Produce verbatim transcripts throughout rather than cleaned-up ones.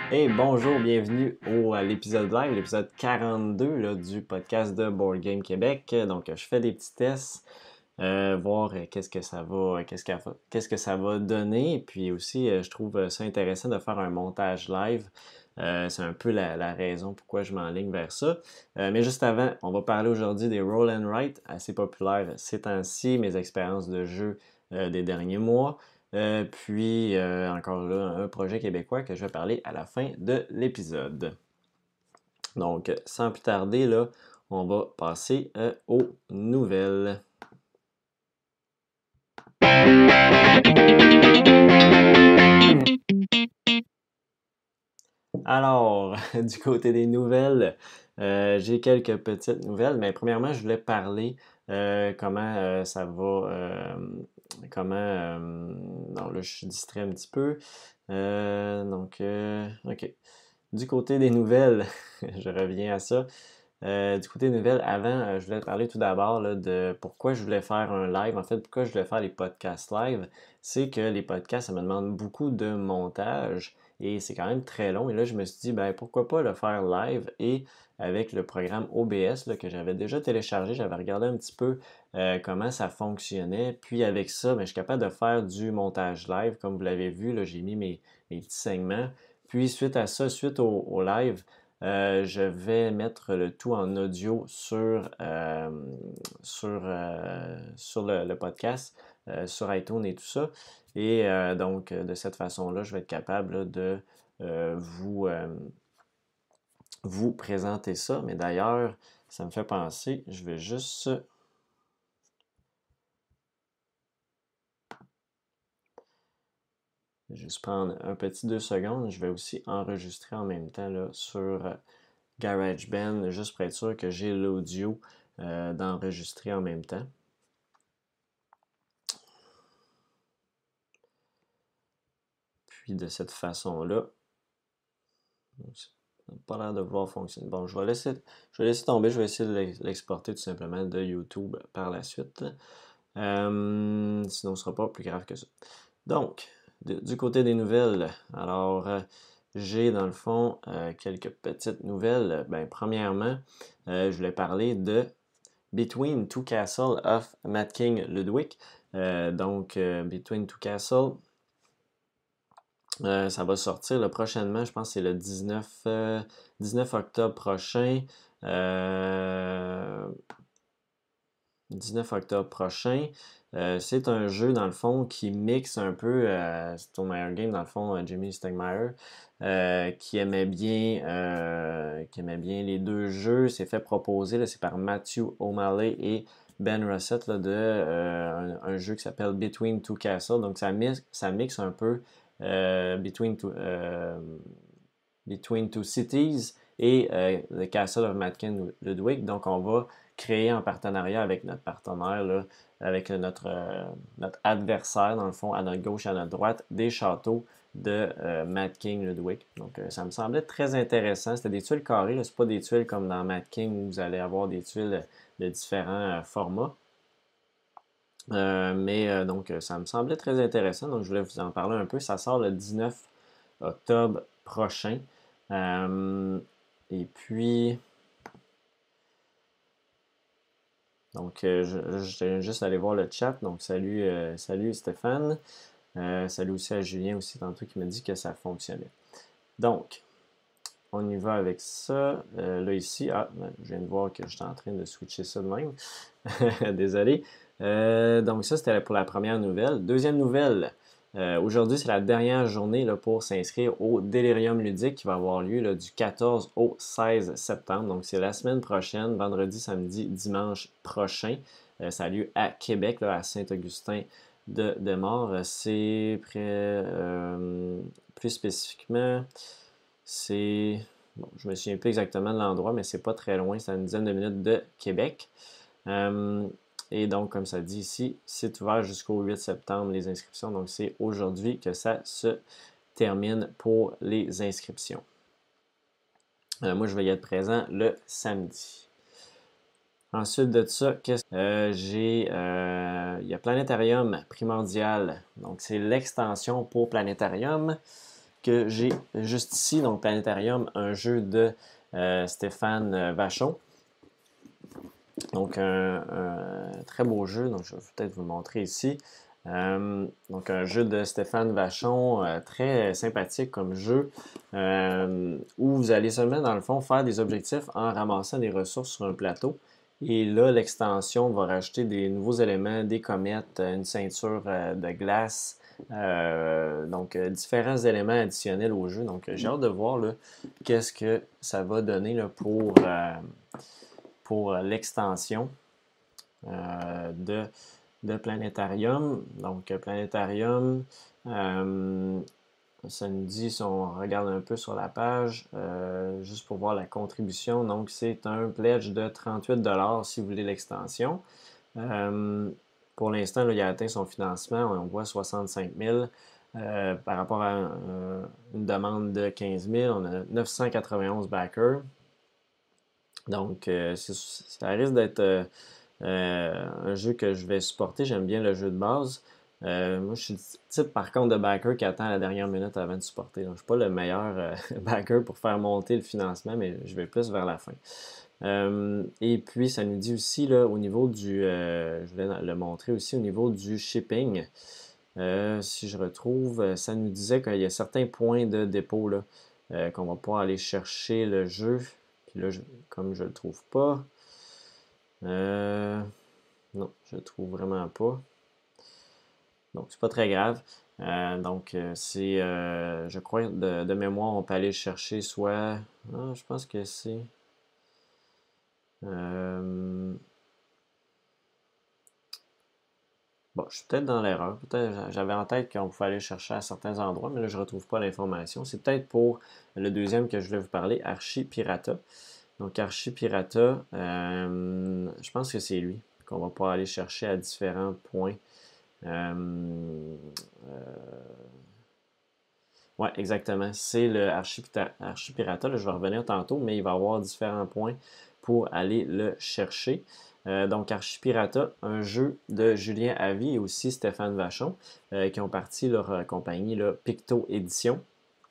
Hey, bonjour, bienvenue au, à l'épisode live, l'épisode quarante-deux là, du podcast de Board Game Québec. Donc, je fais des petits tests, euh, voir euh, qu'est-ce que ça va, qu'est-ce que, qu'est-ce que ça va donner. Puis aussi, euh, je trouve ça intéressant de faire un montage live. Euh, c'est un peu la, la raison pourquoi je m'enligne vers ça. Euh, mais juste avant, on va parler aujourd'hui des Roll and Write, assez populaires ces temps-ci, mes expériences de jeu euh, des derniers mois. Euh, puis, euh, encore là, un projet québécois que je vais parler à la fin de l'épisode. Donc, sans plus tarder, là, on va passer euh, aux nouvelles. Alors, du côté des nouvelles, euh, j'ai quelques petites nouvelles, mais premièrement, je voulais parler euh, comment euh, ça va, euh, comment, euh, non, là, je suis distrait un petit peu. Euh, donc, euh, ok. Du côté des nouvelles, je reviens à ça. Euh, du côté des nouvelles, avant, euh, je voulais te parler tout d'abord là, de pourquoi je voulais faire un live. En fait, pourquoi je voulais faire les podcasts live. C'est que les podcasts, ça me demande beaucoup de montage et c'est quand même très long. Et là, je me suis dit, ben, pourquoi pas le faire live et avec le programme O B S là, que j'avais déjà téléchargé, j'avais regardé un petit peu euh, comment ça fonctionnait. Puis avec ça, ben, je suis capable de faire du montage live. Comme vous l'avez vu, là, j'ai mis mes, mes petits segments. Puis suite à ça, suite au, au live, euh, je vais mettre le tout en audio sur, euh, sur, euh, sur le, le podcast, euh, sur iTunes et tout ça. Et euh, donc, de cette façon-là, je vais être capable là, de euh, vous, euh, vous présenter ça. Mais d'ailleurs, ça me fait penser, je vais juste juste prendre un petit deux secondes. Je vais aussi enregistrer en même temps là, sur GarageBand, juste pour être sûr que j'ai l'audio euh, d'enregistrer en même temps. Puis de cette façon-là, ça n'a pas l'air de vouloir fonctionner. Bon, je vais laisser, je vais laisser tomber, je vais essayer de l'exporter tout simplement de YouTube par la suite. Euh, sinon, ce ne sera pas plus grave que ça. Donc, de, du côté des nouvelles, alors euh, j'ai dans le fond euh, quelques petites nouvelles. Ben, premièrement, euh, je voulais parler de Between Two Castles of Mad King Ludwig. Euh, donc, euh, Between Two Castles, euh, ça va sortir là, prochainement, je pense que c'est le dix-neuf, euh, dix-neuf octobre prochain. Euh, dix-neuf octobre prochain. Euh, c'est un jeu, dans le fond, qui mixe un peu, euh, c'est au Meilleur Game, dans le fond, euh, Jimmy Stegmaier, euh, qui aimait bien, euh, qui aimait bien les deux jeux. C'est fait proposer, c'est par Matthew O'Malley et Ben Russett là, de euh, un, un jeu qui s'appelle Between Two Castles. Donc, ça mixe, ça mixe un peu euh, Between Two, euh, Between Two Cities et euh, The Castle of Matkin Ludwig. Donc, on va créer en partenariat avec notre partenaire, là, avec notre, euh, notre adversaire, dans le fond, à notre gauche et à notre droite, des châteaux de euh, Mad King Ludwig. Donc, euh, ça me semblait très intéressant. C'était des tuiles carrées, ce pas des tuiles comme dans Mad King où vous allez avoir des tuiles de différents euh, formats. Euh, mais euh, donc, ça me semblait très intéressant. Donc, je voulais vous en parler un peu. Ça sort le dix-neuf octobre prochain. Euh, et puis, donc, euh, je, je vais juste aller voir le chat. Donc, salut, euh, salut Stéphane. Euh, salut aussi à Julien aussi tantôt qui m'a dit que ça fonctionnait. Donc, on y va avec ça. Euh, là, ici, ah, je viens de voir que j'étais en train de switcher ça de même. Désolé. Euh, donc, ça, c'était pour la première nouvelle. Deuxième nouvelle. Euh, aujourd'hui, c'est la dernière journée là, pour s'inscrire au Delirium ludique qui va avoir lieu là, du quatorze au seize septembre. Donc, c'est la semaine prochaine, vendredi, samedi, dimanche prochain. Euh, ça a lieu à Québec, là, à Saint-Augustin de, de Mort. C'est près, euh, plus spécifiquement, c'est, bon, je me souviens plus exactement de l'endroit, mais c'est pas très loin, c'est à une dizaine de minutes de Québec. Euh, et donc, comme ça dit ici, c'est ouvert jusqu'au huit septembre les inscriptions. Donc, c'est aujourd'hui que ça se termine pour les inscriptions. Euh, moi, je vais y être présent le samedi. Ensuite de ça, qu'est-ce euh, j'ai euh, il y a Planétarium Primordial. Donc, c'est l'extension pour Planétarium. que j'ai juste ici, donc Planétarium, un jeu de euh, Stéphane Vachon. Donc, un, un très beau jeu, donc je vais peut-être vous le montrer ici. Euh, donc, un jeu de Stéphane Vachon, euh, très sympathique comme jeu, euh, où vous allez seulement, dans le fond, faire des objectifs en ramassant des ressources sur un plateau. Et là, l'extension va rajouter des nouveaux éléments, des comètes, une ceinture euh, de glace, euh, donc euh, différents éléments additionnels au jeu. Donc, j'ai hâte de voir qu'est-ce que ça va donner là, pour, euh, pour l'extension euh, de de Planétarium. Donc, Planétarium, euh, ça nous dit, si on regarde un peu sur la page, euh, juste pour voir la contribution, donc c'est un pledge de trente-huit dollars si vous voulez l'extension. Euh, pour l'instant, il a atteint son financement, on voit soixante-cinq mille. Euh, par rapport à euh, une demande de quinze mille, on a neuf cent quatre-vingt-onze backers. Donc, euh, ça risque d'être euh, euh, un jeu que je vais supporter. J'aime bien le jeu de base. Euh, moi, je suis le type, par contre, de backer qui attend la dernière minute avant de supporter. Donc, je ne suis pas le meilleur euh, backer pour faire monter le financement, mais je vais plus vers la fin. Euh, et puis, ça nous dit aussi, là, au niveau du... Euh, je vais le montrer aussi, au niveau du shipping. Euh, si je retrouve, ça nous disait qu'il y a certains points de dépôt là, euh, qu'on va pouvoir aller chercher le jeu. Puis là, je, comme je ne le trouve pas, euh, non, je le trouve vraiment pas. Donc, c'est pas très grave. Euh, donc, c'est, euh, je crois, de, de mémoire, on peut aller le chercher soit... Ah, je pense que c'est... Euh, bon, je suis peut-être dans l'erreur. Peut-être j'avais en tête qu'on pouvait aller le chercher à certains endroits, mais là, je ne retrouve pas l'information. C'est peut-être pour le deuxième que je voulais vous parler, Archie Pirata. Donc, Archie Pirata, euh, je pense que c'est lui qu'on va pouvoir aller chercher à différents points. Euh, euh, ouais, exactement. C'est le Archipirata. Je vais revenir tantôt, mais il va y avoir différents points pour aller le chercher. Euh, donc, Archipirata, un jeu de Julien Havy et aussi Stéphane Vachon, euh, qui ont parti leur euh, compagnie là, Picto Édition.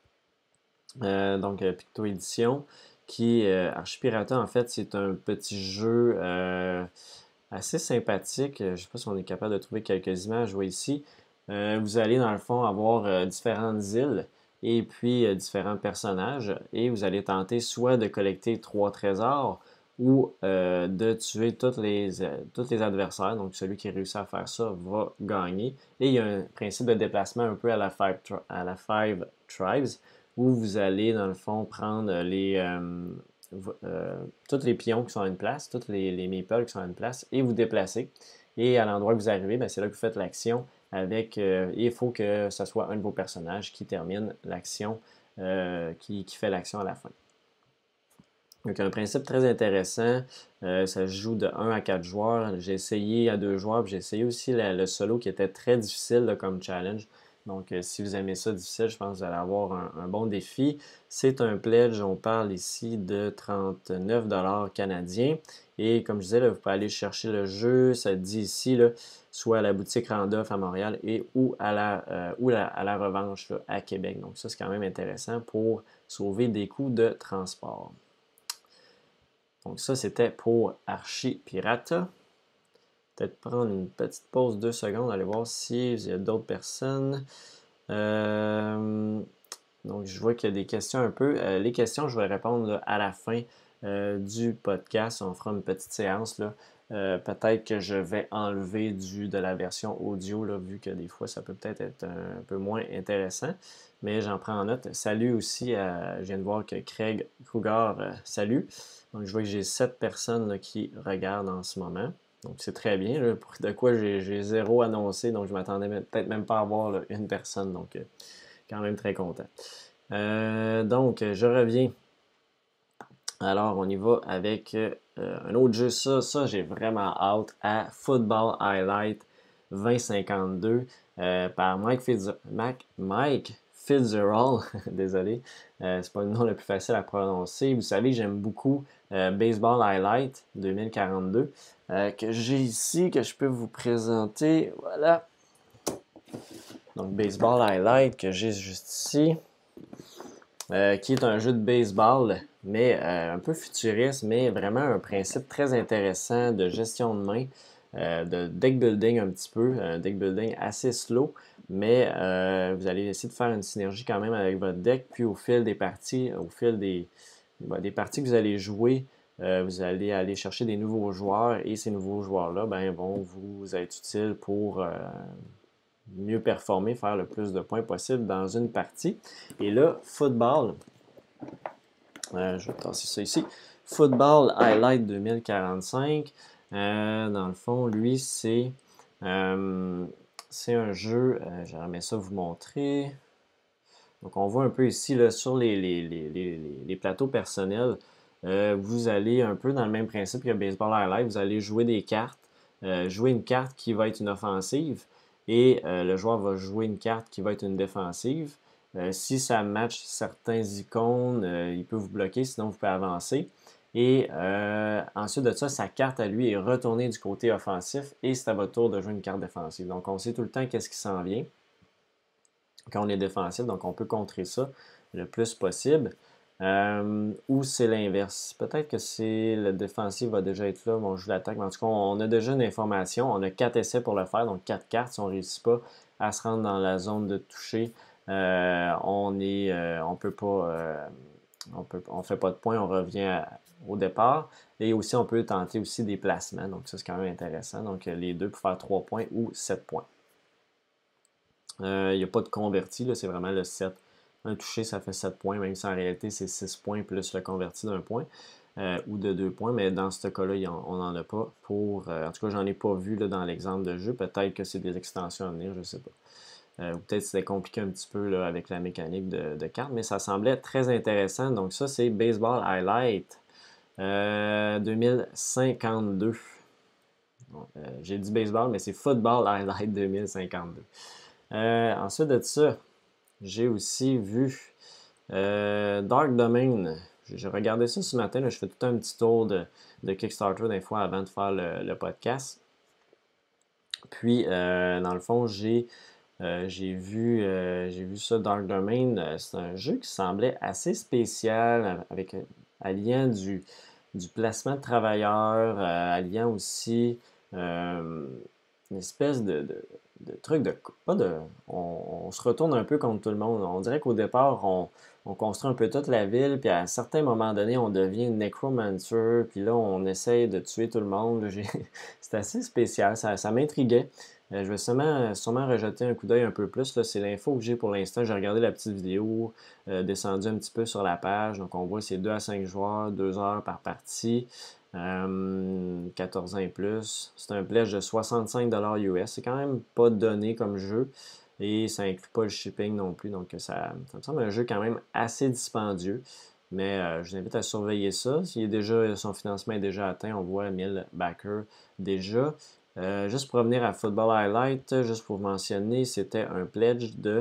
Euh, donc, euh, Picto Édition, qui euh, Archipirata, en fait, c'est un petit jeu euh, assez sympathique. Je ne sais pas si on est capable de trouver quelques images. Je vois ici. Euh, vous allez, dans le fond, avoir euh, différentes îles et puis euh, différents personnages. Et vous allez tenter soit de collecter trois trésors ou euh, de tuer tous les, euh, tous les adversaires. Donc, celui qui réussit à faire ça va gagner. Et il y a un principe de déplacement un peu à la Five, à la five Tribes où vous allez, dans le fond, prendre les... Euh, Euh, tous les pions qui sont à une place, tous les, les meeples qui sont à une place, et vous déplacez. Et à l'endroit que vous arrivez, ben, c'est là que vous faites l'action avec. Euh, et il faut que ce soit un de vos personnages qui termine l'action, euh, qui, qui fait l'action à la fin. Donc, un principe très intéressant. Euh, ça se joue de un à quatre joueurs. J'ai essayé à deux joueurs, puis j'ai essayé aussi la, le solo qui était très difficile là, comme challenge. Donc, euh, si vous aimez ça difficile, je pense que vous allez avoir un, un bon défi. C'est un pledge, on parle ici de trente-neuf dollars canadiens. Et comme je disais, là, vous pouvez aller chercher le jeu, ça dit ici, là, soit à la boutique Randolph à Montréal et ou à la, euh, ou la, à la revanche là, à Québec. Donc, ça, c'est quand même intéressant pour sauver des coûts de transport. Donc ça, c'était pour Archie Pirata. Peut-être prendre une petite pause deux secondes, aller voir s'il y a d'autres personnes. Euh, donc je vois qu'il y a des questions un peu. Euh, les questions, je vais répondre là, à la fin euh, du podcast. On fera une petite séance là. Euh, peut-être que je vais enlever du, de la version audio, là, vu que des fois, ça peut peut-être être un peu moins intéressant. Mais j'en prends en note. Salut aussi, à, je viens de voir que Craig Kruger, euh, salut. Donc, je vois que j'ai sept personnes là, qui regardent en ce moment. Donc, c'est très bien. Là, pour de quoi j'ai zéro annoncé. Donc, je m'attendais peut-être même pas à voir là, une personne. Donc, euh, quand même très content. Euh, donc, je reviens. Alors, on y va avec euh, un autre jeu. Ça, ça j'ai vraiment hâte à Football Highlight vingt cinquante-deux euh, par Mike, Fitz Mac Mike Fitzgerald. Désolé, euh, c'est pas le nom le plus facile à prononcer. Vous savez, j'aime beaucoup euh, Baseball Highlight deux mille quarante-deux euh, que j'ai ici, que je peux vous présenter. Voilà. Donc, Baseball Highlight que j'ai juste ici. euh, qui est un jeu de baseball, mais euh, un peu futuriste, mais vraiment un principe très intéressant de gestion de main, euh, de deck building un petit peu, un deck building assez slow, mais euh, vous allez essayer de faire une synergie quand même avec votre deck, puis au fil des parties, au fil des, ben, des parties que vous allez jouer, euh, vous allez aller chercher des nouveaux joueurs, et ces nouveaux joueurs-là ben, vont vous être utiles pour euh, mieux performer, faire le plus de points possible dans une partie. Et là, football, euh, je vais tasser ça ici. Football Highlight deux mille quarante-cinq. Euh, dans le fond, lui, c'est euh, c'est un jeu. Euh, J'aimerais ça vous montrer. Donc, on voit un peu ici là, sur les, les, les, les, les plateaux personnels. Euh, vous allez un peu dans le même principe que Baseball Highlight. Vous allez jouer des cartes. Euh, jouer une carte qui va être une offensive. Et euh, le joueur va jouer une carte qui va être une défensive. Euh, si ça match certains icônes, euh, il peut vous bloquer, sinon vous pouvez avancer. Et euh, ensuite de ça, sa carte à lui est retournée du côté offensif et c'est à votre tour de jouer une carte défensive. Donc on sait tout le temps qu'est-ce qui s'en vient quand on est défensif, donc on peut contrer ça le plus possible. Euh, ou c'est l'inverse. Peut-être que c'est le défensif va déjà être là, mais on joue l'attaque. Mais en tout cas, on a déjà une information. On a quatre essais pour le faire, donc quatre cartes. Si on ne réussit pas à se rendre dans la zone de toucher, euh, on est, euh, on peut pas, euh, on peut, on fait pas de points, on revient à, au départ. Et aussi, on peut tenter aussi des placements. Donc ça, c'est quand même intéressant. Donc les deux pour faire trois points ou sept points. Il euh, n'y a pas de converti, c'est vraiment le sept. Un touché, ça fait sept points, même si en réalité, c'est six points plus le converti d'un point euh, ou de deux points. Mais dans ce cas-là, on n'en a pas. Pour, euh, en tout cas, j'en ai pas vu là, dans l'exemple de jeu. Peut-être que c'est des extensions à venir, je ne sais pas. Euh, ou peut-être que c'était compliqué un petit peu là, avec la mécanique de, de cartes, mais ça semblait très intéressant. Donc ça, c'est Baseball Highlight euh, deux mille cinquante-deux. Bon, euh, j'ai dit baseball, mais c'est Football Highlight deux mille cinquante-deux. Euh, ensuite de ça, j'ai aussi vu euh, Dark Domain. J'ai regardé ça ce matin. Là, je fais tout un petit tour de, de Kickstarter des fois avant de faire le, le podcast. Puis, euh, dans le fond, j'ai euh, j'ai vu, euh, j'ai vu ça, Dark Domain. Euh, c'est un jeu qui semblait assez spécial, avec alliant du, du placement de travailleurs, euh, alliant aussi euh, une espèce de, de, de truc de. Pas de. On, on se retourne un peu contre tout le monde. On dirait qu'au départ, on, on construit un peu toute la ville, puis à un certain moment donné, on devient necromancer, puis là, on essaye de tuer tout le monde. C'est assez spécial, ça, ça m'intriguait. Euh, je vais sûrement, sûrement rejeter un coup d'œil un peu plus. C'est l'info que j'ai pour l'instant. J'ai regardé la petite vidéo, euh, descendu un petit peu sur la page. Donc, on voit c'est deux à cinq joueurs, deux heures par partie, euh, quatorze ans et plus. C'est un pledge de soixante-cinq dollars U S. C'est quand même pas donné comme jeu. Et ça inclut pas le shipping non plus. Donc, ça, ça me semble un jeu quand même assez dispendieux. Mais euh, je vous invite à surveiller ça. S'il est déjà, son financement est déjà atteint, on voit mille backers déjà. Euh, juste pour revenir à Football Highlight, juste pour mentionner, c'était un pledge de,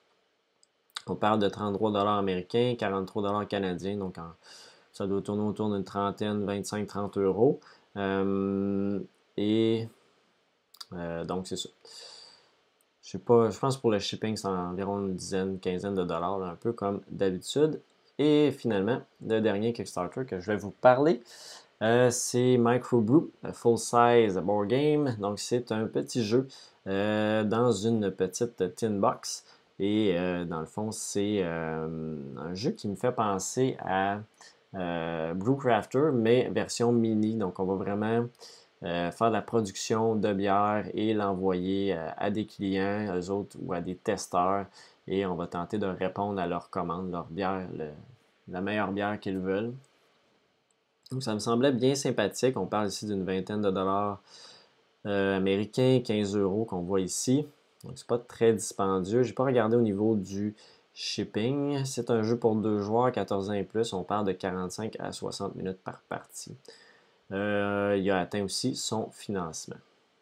on parle de trente-trois dollars américains, quarante-trois dollars canadiens, donc en, ça doit tourner autour d'une trentaine, vingt-cinq, trente euros. Euh, et euh, donc c'est ça. Je sais pas, je pense que pour le shipping, c'est environ une dizaine, une quinzaine de dollars, là, un peu comme d'habitude. Et finalement, le dernier Kickstarter que je vais vous parler, euh, c'est Microbrew, Full Size Board Game. Donc, c'est un petit jeu euh, dans une petite tin box. Et euh, dans le fond, c'est euh, un jeu qui me fait penser à euh, Brewcrafter, mais version mini. Donc, on va vraiment euh, faire de la production de bière et l'envoyer euh, à des clients, eux autres, ou à des testeurs. Et on va tenter de répondre à leurs commandes, leur bière, le, la meilleure bière qu'ils veulent. Donc, ça me semblait bien sympathique. On parle ici d'une vingtaine de dollars euh, américains, quinze euros qu'on voit ici. Donc, c'est pas très dispendieux. Je n'ai pas regardé au niveau du shipping. C'est un jeu pour deux joueurs, quatorze ans et plus. On parle de quarante-cinq à soixante minutes par partie. Euh, il a atteint aussi son financement.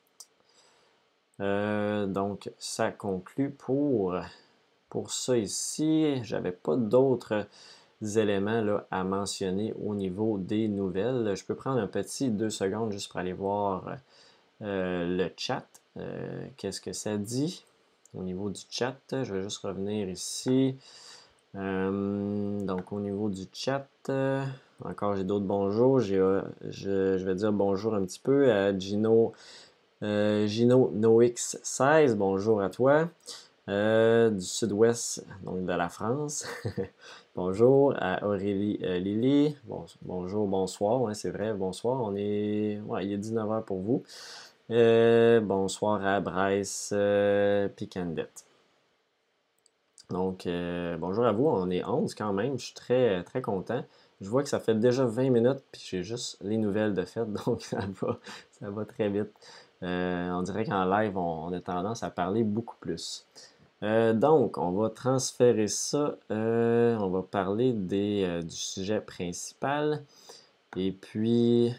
Euh, donc, ça conclut pour, pour ça ici. J'avais pas d'autres éléments là, à mentionner au niveau des nouvelles. Je peux prendre un petit deux secondes juste pour aller voir euh, le chat. Euh, Qu'est-ce que ça dit au niveau du chat? Je vais juste revenir ici. Euh, donc, au niveau du chat, euh, encore j'ai d'autres bonjours. J'ai, euh, je, je vais dire bonjour un petit peu à Gino, euh, Gino Nox seize. Bonjour à toi. Euh, du sud-ouest, donc de la France. Bonjour à Aurélie euh, Lily. Bon, bonjour, bonsoir. Ouais, c'est vrai, bonsoir. On est. Ouais, il est dix-neuf heures pour vous. Euh, bonsoir à Bryce euh, Picandette. Donc, euh, bonjour à vous. On est onze quand même. Je suis très, très content. Je vois que ça fait déjà vingt minutes, puis j'ai juste les nouvelles de fait, donc ça va, ça va très vite. Euh, on dirait qu'en live, on, on a tendance à parler beaucoup plus. Euh, donc, on va transférer ça. Euh, on va parler des, euh, du sujet principal. Et puis,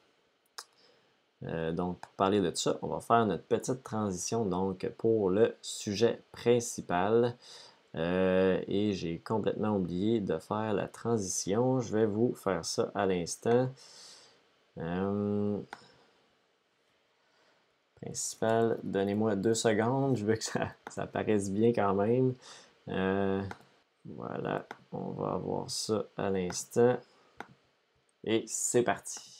euh, donc, pour parler de ça, on va faire notre petite transition donc pour le sujet principal. Euh, et j'ai complètement oublié de faire la transition. Je vais vous faire ça à l'instant. Euh, principal, donnez-moi deux secondes. Je veux que ça, ça apparaisse bien quand même. Euh, Voilà, on va avoir ça à l'instant. Et c'est parti.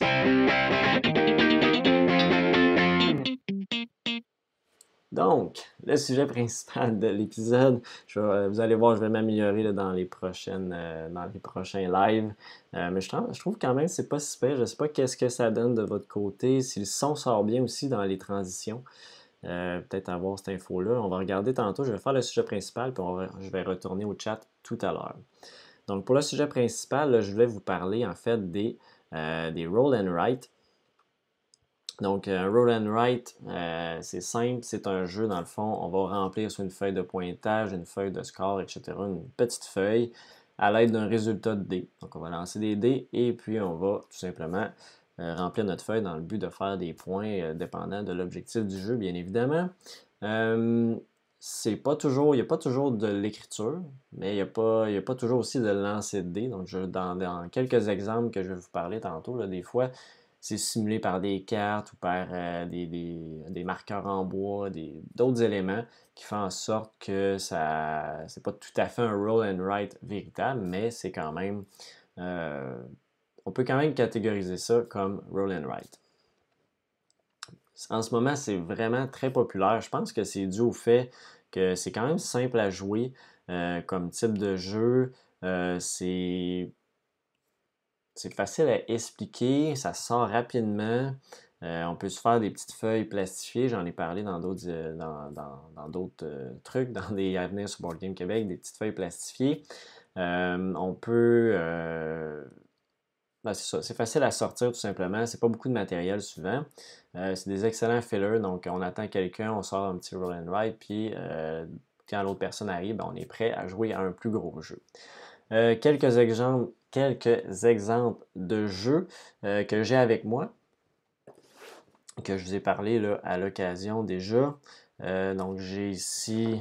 Donc, le sujet principal de l'épisode, vous allez voir, je vais m'améliorer dans les prochaines, euh, dans les prochains lives. Euh, mais je, je, trouve quand même que c'est pas si pire. Je sais pas qu'est-ce que ça donne de votre côté, si le son sort bien aussi dans les transitions. Euh, peut-être avoir cette info-là. On va regarder tantôt. Je vais faire le sujet principal, puis on va, je vais retourner au chat tout à l'heure. Donc, pour le sujet principal, là, je voulais vous parler en fait des, euh, des roll and write. Donc, un roll and write, euh, c'est simple, c'est un jeu dans le fond. On va remplir sur une feuille de pointage, une feuille de score, et cetera, une petite feuille à l'aide d'un résultat de dés. Donc, on va lancer des dés et puis on va tout simplement euh, remplir notre feuille dans le but de faire des points euh, dépendant de l'objectif du jeu, bien évidemment. Euh, c'est pas toujours, il n'y a pas toujours de l'écriture, mais il n'y a, pas, il a pas toujours aussi de lancer de dés. Donc, je, dans, dans quelques exemples que je vais vous parler tantôt, là, des fois, c'est simulé par des cartes ou par euh, des, des, des marqueurs en bois, des, d'autres éléments qui font en sorte que ça c'est pas tout à fait un roll and write véritable, mais c'est quand même euh, on peut quand même catégoriser ça comme roll and write. En ce moment, c'est vraiment très populaire. Je pense que c'est dû au fait que c'est quand même simple à jouer euh, comme type de jeu. Euh, c'est c'est facile à expliquer, ça sort rapidement. Euh, on peut se faire des petites feuilles plastifiées, j'en ai parlé dans d'autres euh, dans, dans, dans d'autres euh, trucs, dans des avenirs sur Board Game Québec, des petites feuilles plastifiées. Euh, on peut euh, ben, c'est ça, c'est facile à sortir tout simplement. C'est pas beaucoup de matériel souvent. Euh, c'est des excellents fillers, donc on attend quelqu'un, on sort un petit roll and write, puis euh, quand l'autre personne arrive, ben, on est prêt à jouer à un plus gros jeu. Euh, quelques exemples, quelques exemples de jeux euh, que j'ai avec moi, que je vous ai parlé là, à l'occasion déjà. Euh, donc j'ai ici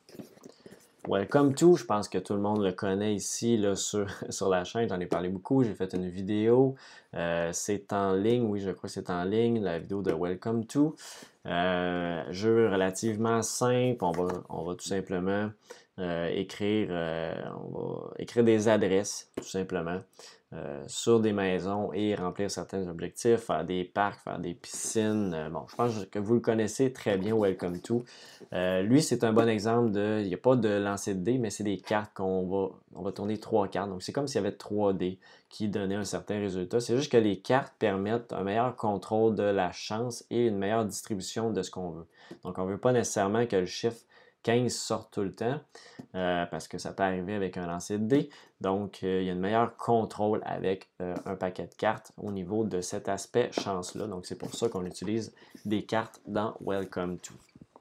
Welcome to, je pense que tout le monde le connaît ici là, sur, sur la chaîne, j'en ai parlé beaucoup, j'ai fait une vidéo, euh, c'est en ligne, oui je crois que c'est en ligne, la vidéo de Welcome to. Euh, jeu relativement simple, on va, on va tout simplement euh, écrire, euh, on va écrire des adresses tout simplement euh, sur des maisons et remplir certains objectifs, faire des parcs, faire des piscines. Euh, bon, je pense que vous le connaissez très bien, Welcome to. Euh, lui, c'est un bon exemple de, il n'y a pas de lancer de dés, mais c'est des cartes qu'on va, on va tourner trois cartes. Donc, c'est comme s'il y avait trois dés qui donnaient un certain résultat. C'est juste que les cartes permettent un meilleur contrôle de la chance et une meilleure distribution de ce qu'on veut. Donc, on ne veut pas nécessairement que le chiffre quinze sorte tout le temps, euh, parce que ça peut arriver avec un lancer de dés. Donc, euh, il y a un meilleur contrôle avec euh, un paquet de cartes au niveau de cet aspect chance-là. Donc, c'est pour ça qu'on utilise des cartes dans Welcome to.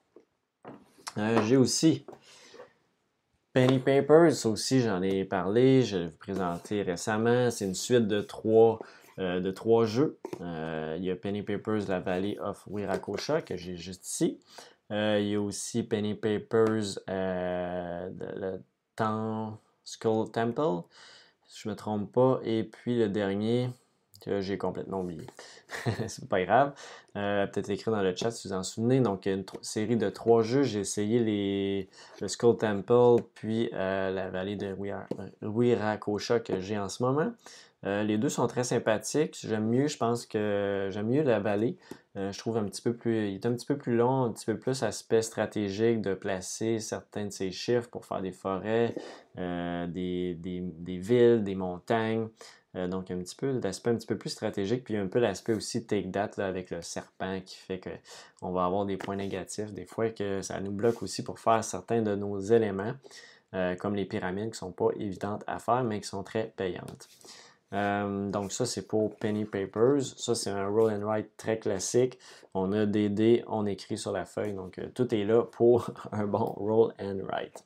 Euh, j'ai aussi Penny Papers, ça aussi j'en ai parlé, je vais vous présenter récemment. C'est une suite de trois, euh, de trois jeux. Euh, il y a Penny Papers, la vallée of Wiracocha, que j'ai juste ici. Euh, il y a aussi Penny Papers, euh, le Temps Skull Temple, si je ne me trompe pas. Et puis le dernier, que j'ai complètement oublié. C'est pas grave. Euh, peut-être écrit dans le chat si vous en souvenez. Donc, une série de trois jeux. J'ai essayé les, le Skull Temple, puis euh, la vallée de Wiracocha que j'ai en ce moment. Euh, les deux sont très sympathiques. J'aime mieux, je pense que j'aime mieux la vallée. Euh, je trouve un petit peu plus, il est un petit peu plus long, un petit peu plus aspect stratégique de placer certains de ces chiffres pour faire des forêts, euh, des, des, des villes, des montagnes. Euh, donc, un petit peu d'aspect un petit peu plus stratégique, puis un peu l'aspect aussi take that là, avec le serpent qui fait qu'on va avoir des points négatifs, des fois que ça nous bloque aussi pour faire certains de nos éléments, euh, comme les pyramides qui ne sont pas évidentes à faire, mais qui sont très payantes. Euh, donc ça, c'est pour Penny Papers. Ça, c'est un roll and write très classique. On a des dés, on écrit sur la feuille, donc euh, tout est là pour un bon roll and write.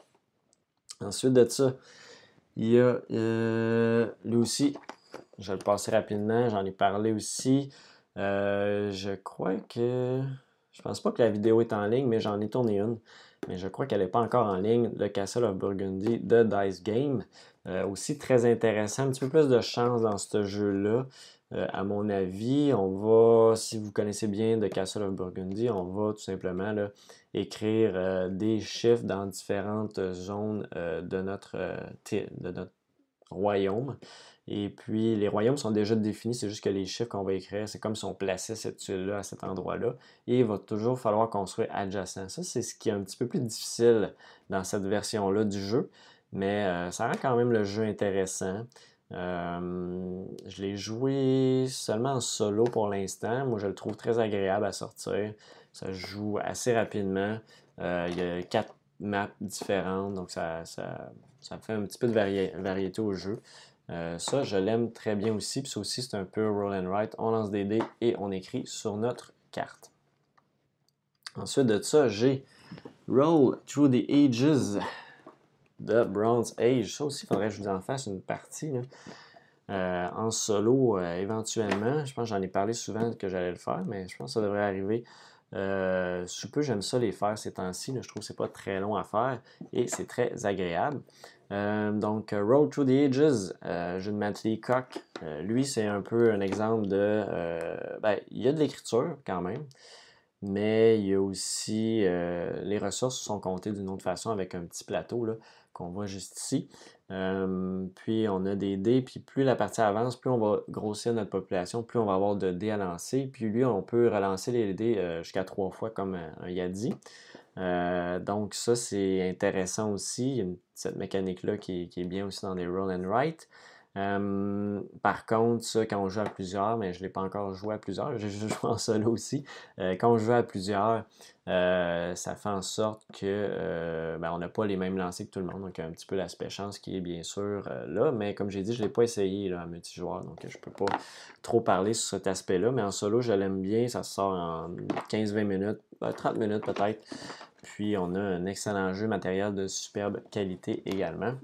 Ensuite de ça, il y a euh, lui aussi, je vais le passer rapidement, j'en ai parlé aussi. Euh, je crois que, je pense pas que la vidéo est en ligne, mais j'en ai tourné une. Mais je crois qu'elle n'est pas encore en ligne, le Castle of Burgundy de Dice Game. Euh, aussi très intéressant, un petit peu plus de chance dans ce jeu-là. Euh, à mon avis, on va, si vous connaissez bien The Castle of Burgundy, on va tout simplement là, écrire euh, des chiffres dans différentes zones euh, de, notre, euh, de notre royaume. Et puis, les royaumes sont déjà définis, c'est juste que les chiffres qu'on va écrire, c'est comme si on plaçait cette tuile-là à cet endroit-là. Et il va toujours falloir construire adjacent. Ça, c'est ce qui est un petit peu plus difficile dans cette version-là du jeu. Mais euh, ça rend quand même le jeu intéressant. Euh, je l'ai joué seulement en solo pour l'instant. Moi, je le trouve très agréable à sortir. Ça se joue assez rapidement. Euh, il y a quatre maps différentes, donc ça, ça, ça fait un petit peu de vari variété au jeu. Euh, ça, je l'aime très bien aussi. Puis ça aussi, c'est un peu roll and write. On lance des dés et on écrit sur notre carte. Ensuite de ça, j'ai Roll Through the Ages de Bronze Age. Ça aussi, il faudrait que je vous en fasse une partie là. Euh, en solo euh, éventuellement. Je pense que j'en ai parlé souvent que j'allais le faire, mais je pense que ça devrait arriver. Euh, sous peu, j'aime ça les faire ces temps-ci. Je trouve que c'est pas très long à faire et c'est très agréable. Euh, donc, Road Through the Ages, euh, jeu de Matt Leacock. Euh, lui, c'est un peu un exemple de... Euh, ben, il y a de l'écriture quand même, mais il y a aussi... Euh, les ressources sont comptées d'une autre façon avec un petit plateau là, qu'on voit juste ici. Euh, puis on a des dés, puis plus la partie avance, plus on va grossir notre population, plus on va avoir de dés à lancer. Puis lui, on peut relancer les dés euh, jusqu'à trois fois comme un, un Yadi. Euh, donc ça, c'est intéressant aussi. Il y a une, cette mécanique-là qui, qui, est bien aussi dans les roll and write. Euh, par contre, ça, quand on joue à plusieurs, mais je ne l'ai pas encore joué à plusieurs, j'ai juste joué en solo aussi. Euh, quand on joue à plusieurs, euh, ça fait en sorte que euh, ben, on n'a pas les mêmes lancers que tout le monde. Donc, un petit peu l'aspect chance qui est bien sûr euh, là. Mais comme j'ai dit, je ne l'ai pas essayé là, en multijoueur. Donc, je ne peux pas trop parler sur cet aspect-là. Mais en solo, je l'aime bien. Ça sort en quinze vingt minutes, trente minutes peut-être. Puis, on a un excellent jeu, matériel de superbe qualité également.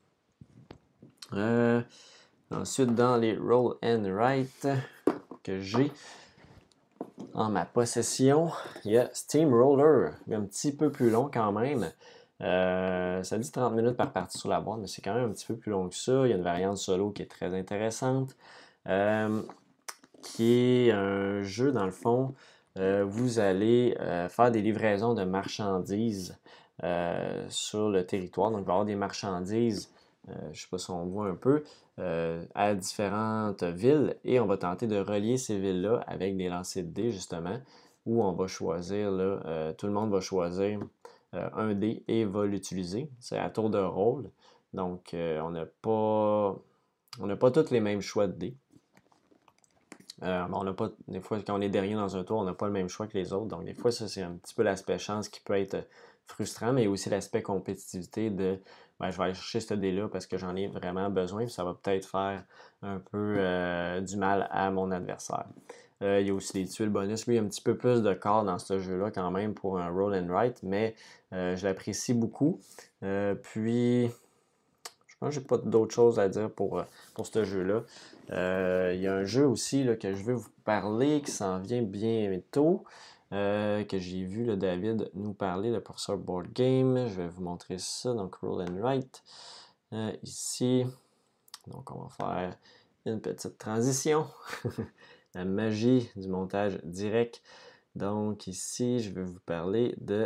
Euh, ensuite, dans les roll and write que j'ai en ma possession, il y a Steamroller, un petit peu plus long quand même. Euh, ça dit trente minutes par partie sur la boîte, mais c'est quand même un petit peu plus long que ça. Il y a une variante solo qui est très intéressante, euh, qui est un jeu dans le fond. Euh, vous allez euh, faire des livraisons de marchandises euh, sur le territoire. Donc, il va y avoir des marchandises. Euh, je ne sais pas si on voit un peu, euh, à différentes villes et on va tenter de relier ces villes-là avec des lancers de dés justement où on va choisir, là, euh, tout le monde va choisir euh, un dé et va l'utiliser. C'est à tour de rôle. Donc, euh, on n'a pas, on n'a pas tous les mêmes choix de dés. Euh, on n'a pas, des fois, quand on est derrière dans un tour, on n'a pas le même choix que les autres. Donc, des fois, ça, c'est un petit peu l'aspect chance qui peut être frustrant, mais aussi l'aspect compétitivité de ben, je vais aller chercher ce dé-là parce que j'en ai vraiment besoin, puis ça va peut-être faire un peu euh, du mal à mon adversaire. Euh, il y a aussi des tuiles bonus. Lui, il y a un petit peu plus de corps dans ce jeu-là quand même pour un roll and write, mais euh, je l'apprécie beaucoup. Euh, puis, je pense que j'ai pas d'autres choses à dire pour, pour ce jeu-là. Euh, il y a un jeu aussi là, que je veux vous parler qui s'en vient bientôt. Euh, que j'ai vu là, David nous parler de pour ça Board Game. Je vais vous montrer ça. Donc, Roll and Write. Euh, ici, donc on va faire une petite transition. La magie du montage direct. Donc ici, je vais vous parler de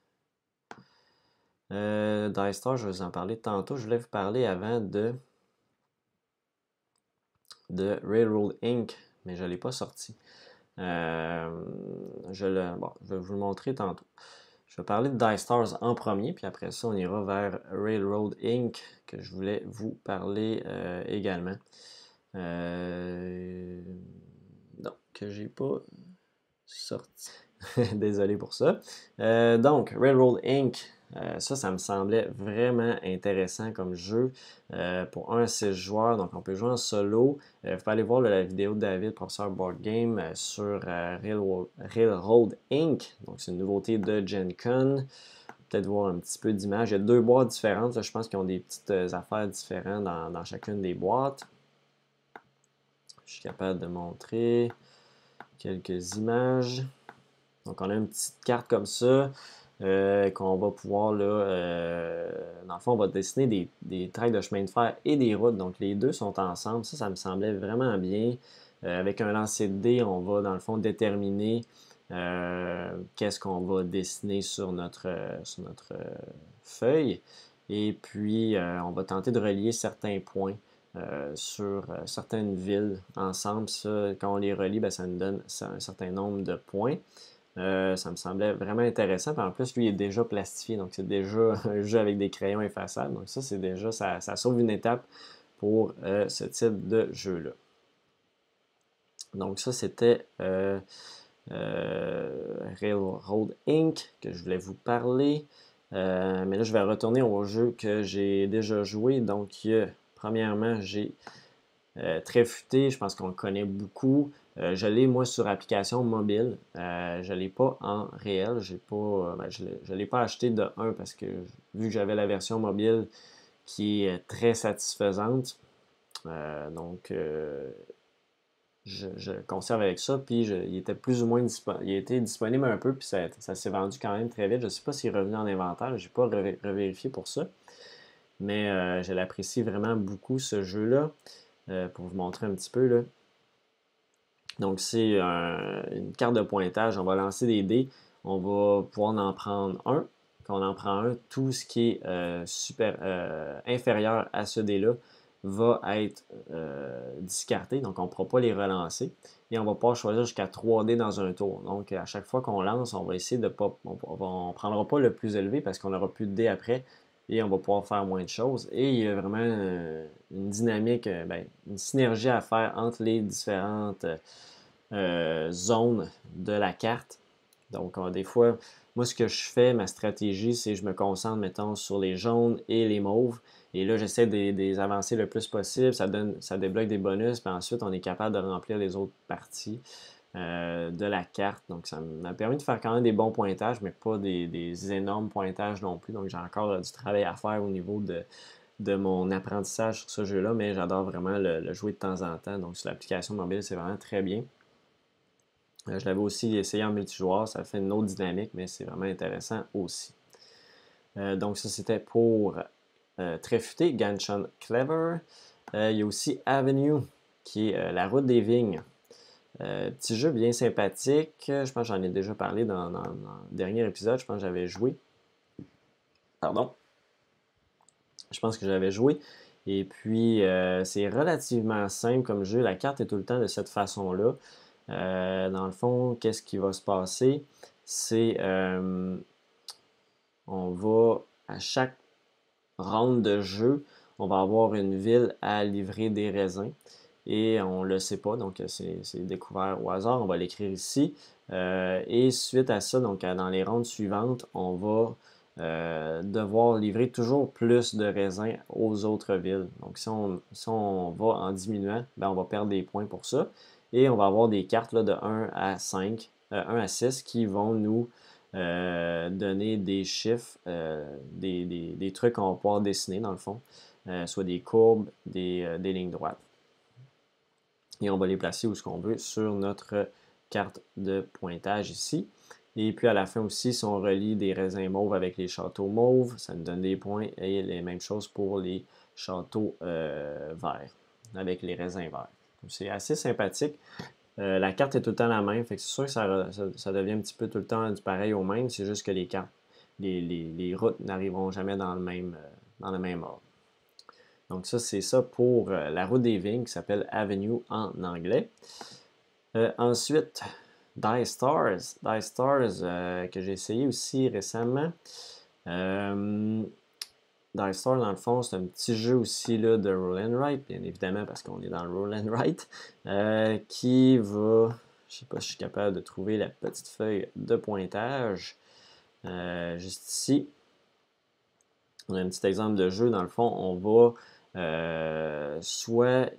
euh, Dystar, je vais vous en parler tantôt. Je voulais vous parler avant de, de Railroad incorporated, mais je ne l'ai pas sorti. Euh, je, le, bon, je vais vous le montrer tantôt. Je vais parler de Dystars en premier, puis après ça, on ira vers Railroad incorporated, que je voulais vous parler euh, également. Euh, donc, que j'ai pas sorti. Désolé pour ça. Euh, donc, Railroad incorporated, euh, ça, ça me semblait vraiment intéressant comme jeu euh, pour un à six joueurs. Donc, on peut jouer en solo. Euh, vous pouvez aller voir là, la vidéo de David, professeur Board Game, euh, sur euh, Railroad, Railroad incorporated. Donc, c'est une nouveauté de Gen Con. Peut-être voir un petit peu d'images. Il y a deux boîtes différentes. Là, je pense qu'ils ont des petites euh, affaires différentes dans, dans chacune des boîtes. Je suis capable de montrer quelques images. Donc, on a une petite carte comme ça euh, qu'on va pouvoir, là, euh, dans le fond, on va dessiner des, des tracts de chemin de fer et des routes. Donc, les deux sont ensemble. Ça, ça me semblait vraiment bien. Euh, avec un lancer de dés, on va, dans le fond, déterminer euh, qu'est-ce qu'on va dessiner sur notre, euh, sur notre euh, feuille. Et puis, euh, on va tenter de relier certains points euh, sur euh, certaines villes ensemble. Ça, quand on les relie, ben, ça nous donne un certain nombre de points. Euh, ça me semblait vraiment intéressant. Puis en plus, lui, il est déjà plastifié. Donc, c'est déjà un jeu avec des crayons effaçables. Donc, ça, c'est déjà, ça, ça sauve une étape pour euh, ce type de jeu-là. Donc, ça, c'était euh, euh, Railroad incorporated que je voulais vous parler. Euh, mais là, je vais retourner au jeu que j'ai déjà joué. Donc, euh, premièrement, j'ai euh, Très Futé, je pense qu'on le connaît beaucoup. Euh, je l'ai, moi, sur application mobile. Euh, je ne l'ai pas en réel. J'ai pas, euh, ben, je ne l'ai pas acheté de un parce que vu que j'avais la version mobile qui est très satisfaisante, euh, donc euh, je, je conserve avec ça. Puis je, il était plus ou moins disponible. Il était disponible un peu, puis ça, ça s'est vendu quand même très vite. Je ne sais pas s'il est revenu en inventaire. Je n'ai pas revérifié pour ça. Mais euh, je l'apprécie vraiment beaucoup, ce jeu-là. Euh, pour vous montrer un petit peu, là. Donc, c'est euh, une carte de pointage. On va lancer des dés. On va pouvoir en prendre un. Quand on en prend un, tout ce qui est euh, super, euh, inférieur à ce dé-là va être euh, discarté. Donc, on ne pourra pas les relancer. Et on va pouvoir choisir jusqu'à trois dés dans un tour. Donc, à chaque fois qu'on lance, on va essayer de pas. On ne prendra pas le plus élevé parce qu'on n'aura plus de dés après. Et on va pouvoir faire moins de choses. Et il y a vraiment euh, une dynamique, euh, ben, une synergie à faire entre les différentes euh, zones de la carte. Donc, euh, des fois, moi, ce que je fais, ma stratégie, c'est que je me concentre, mettons, sur les jaunes et les mauves. Et là, j'essaie de, de les avancer le plus possible. Ça donne, ça débloque des bonus. Puis ensuite, on est capable de remplir les autres parties euh, de la carte. Donc, ça m'a permis de faire quand même des bons pointages, mais pas des, des énormes pointages non plus. Donc, j'ai encore euh, du travail à faire au niveau de, de mon apprentissage sur ce jeu-là, mais j'adore vraiment le, le jouer de temps en temps. Donc, sur l'application mobile, c'est vraiment très bien. Euh, je l'avais aussi essayé en multijoueur, ça fait une autre dynamique, mais c'est vraiment intéressant aussi. Euh, donc, ça, c'était pour euh, Très Futé, Ganchon Clever. Euh, il y a aussi Avenue, qui est euh, la route des vignes. Euh, petit jeu bien sympathique. Je pense que j'en ai déjà parlé dans, dans, dans, le dernier épisode. Je pense que j'avais joué. Pardon. Je pense que j'avais joué. Et puis, euh, c'est relativement simple comme jeu. La carte est tout le temps de cette façon-là. Euh, dans le fond, qu'est-ce qui va se passer? C'est, euh, on va, à chaque ronde de jeu, on va avoir une ville à livrer des raisins. Et on ne le sait pas, donc c'est découvert au hasard. On va l'écrire ici. Euh, et suite à ça, donc dans les rondes suivantes, on va euh, devoir livrer toujours plus de raisins aux autres villes. Donc si on, si on va en diminuant, ben, on va perdre des points pour ça. Et on va avoir des cartes là, de un à cinq, euh, un à six qui vont nous euh, donner des chiffres, euh, des, des, des, trucs qu'on va pouvoir dessiner dans le fond, euh, soit des courbes, des, euh, des lignes droites. Et on va les placer où ce qu'on veut sur notre carte de pointage ici. Et puis à la fin aussi, si on relie des raisins mauves avec les châteaux mauves, ça nous donne des points. Et les mêmes choses pour les châteaux euh, verts. avec les raisins verts. C'est assez sympathique. Euh, la carte est tout le temps la même, fait que c'est sûr que ça, ça, ça devient un petit peu tout le temps du pareil au même, c'est juste que les cartes, les, les, les routes n'arriveront jamais dans le même, euh, dans le même ordre. Donc ça, c'est ça pour euh, la route des vignes qui s'appelle Avenue en anglais. Euh, ensuite, Dice Stars. Dice Stars euh, que j'ai essayé aussi récemment. Euh, Dice Stars, dans le fond, c'est un petit jeu aussi là, de Roll and Write, bien évidemment, parce qu'on est dans le Roll and Write, euh, qui va... Je ne sais pas si je suis capable de trouver la petite feuille de pointage. Euh, juste ici. On a un petit exemple de jeu. Dans le fond, on va euh, soit...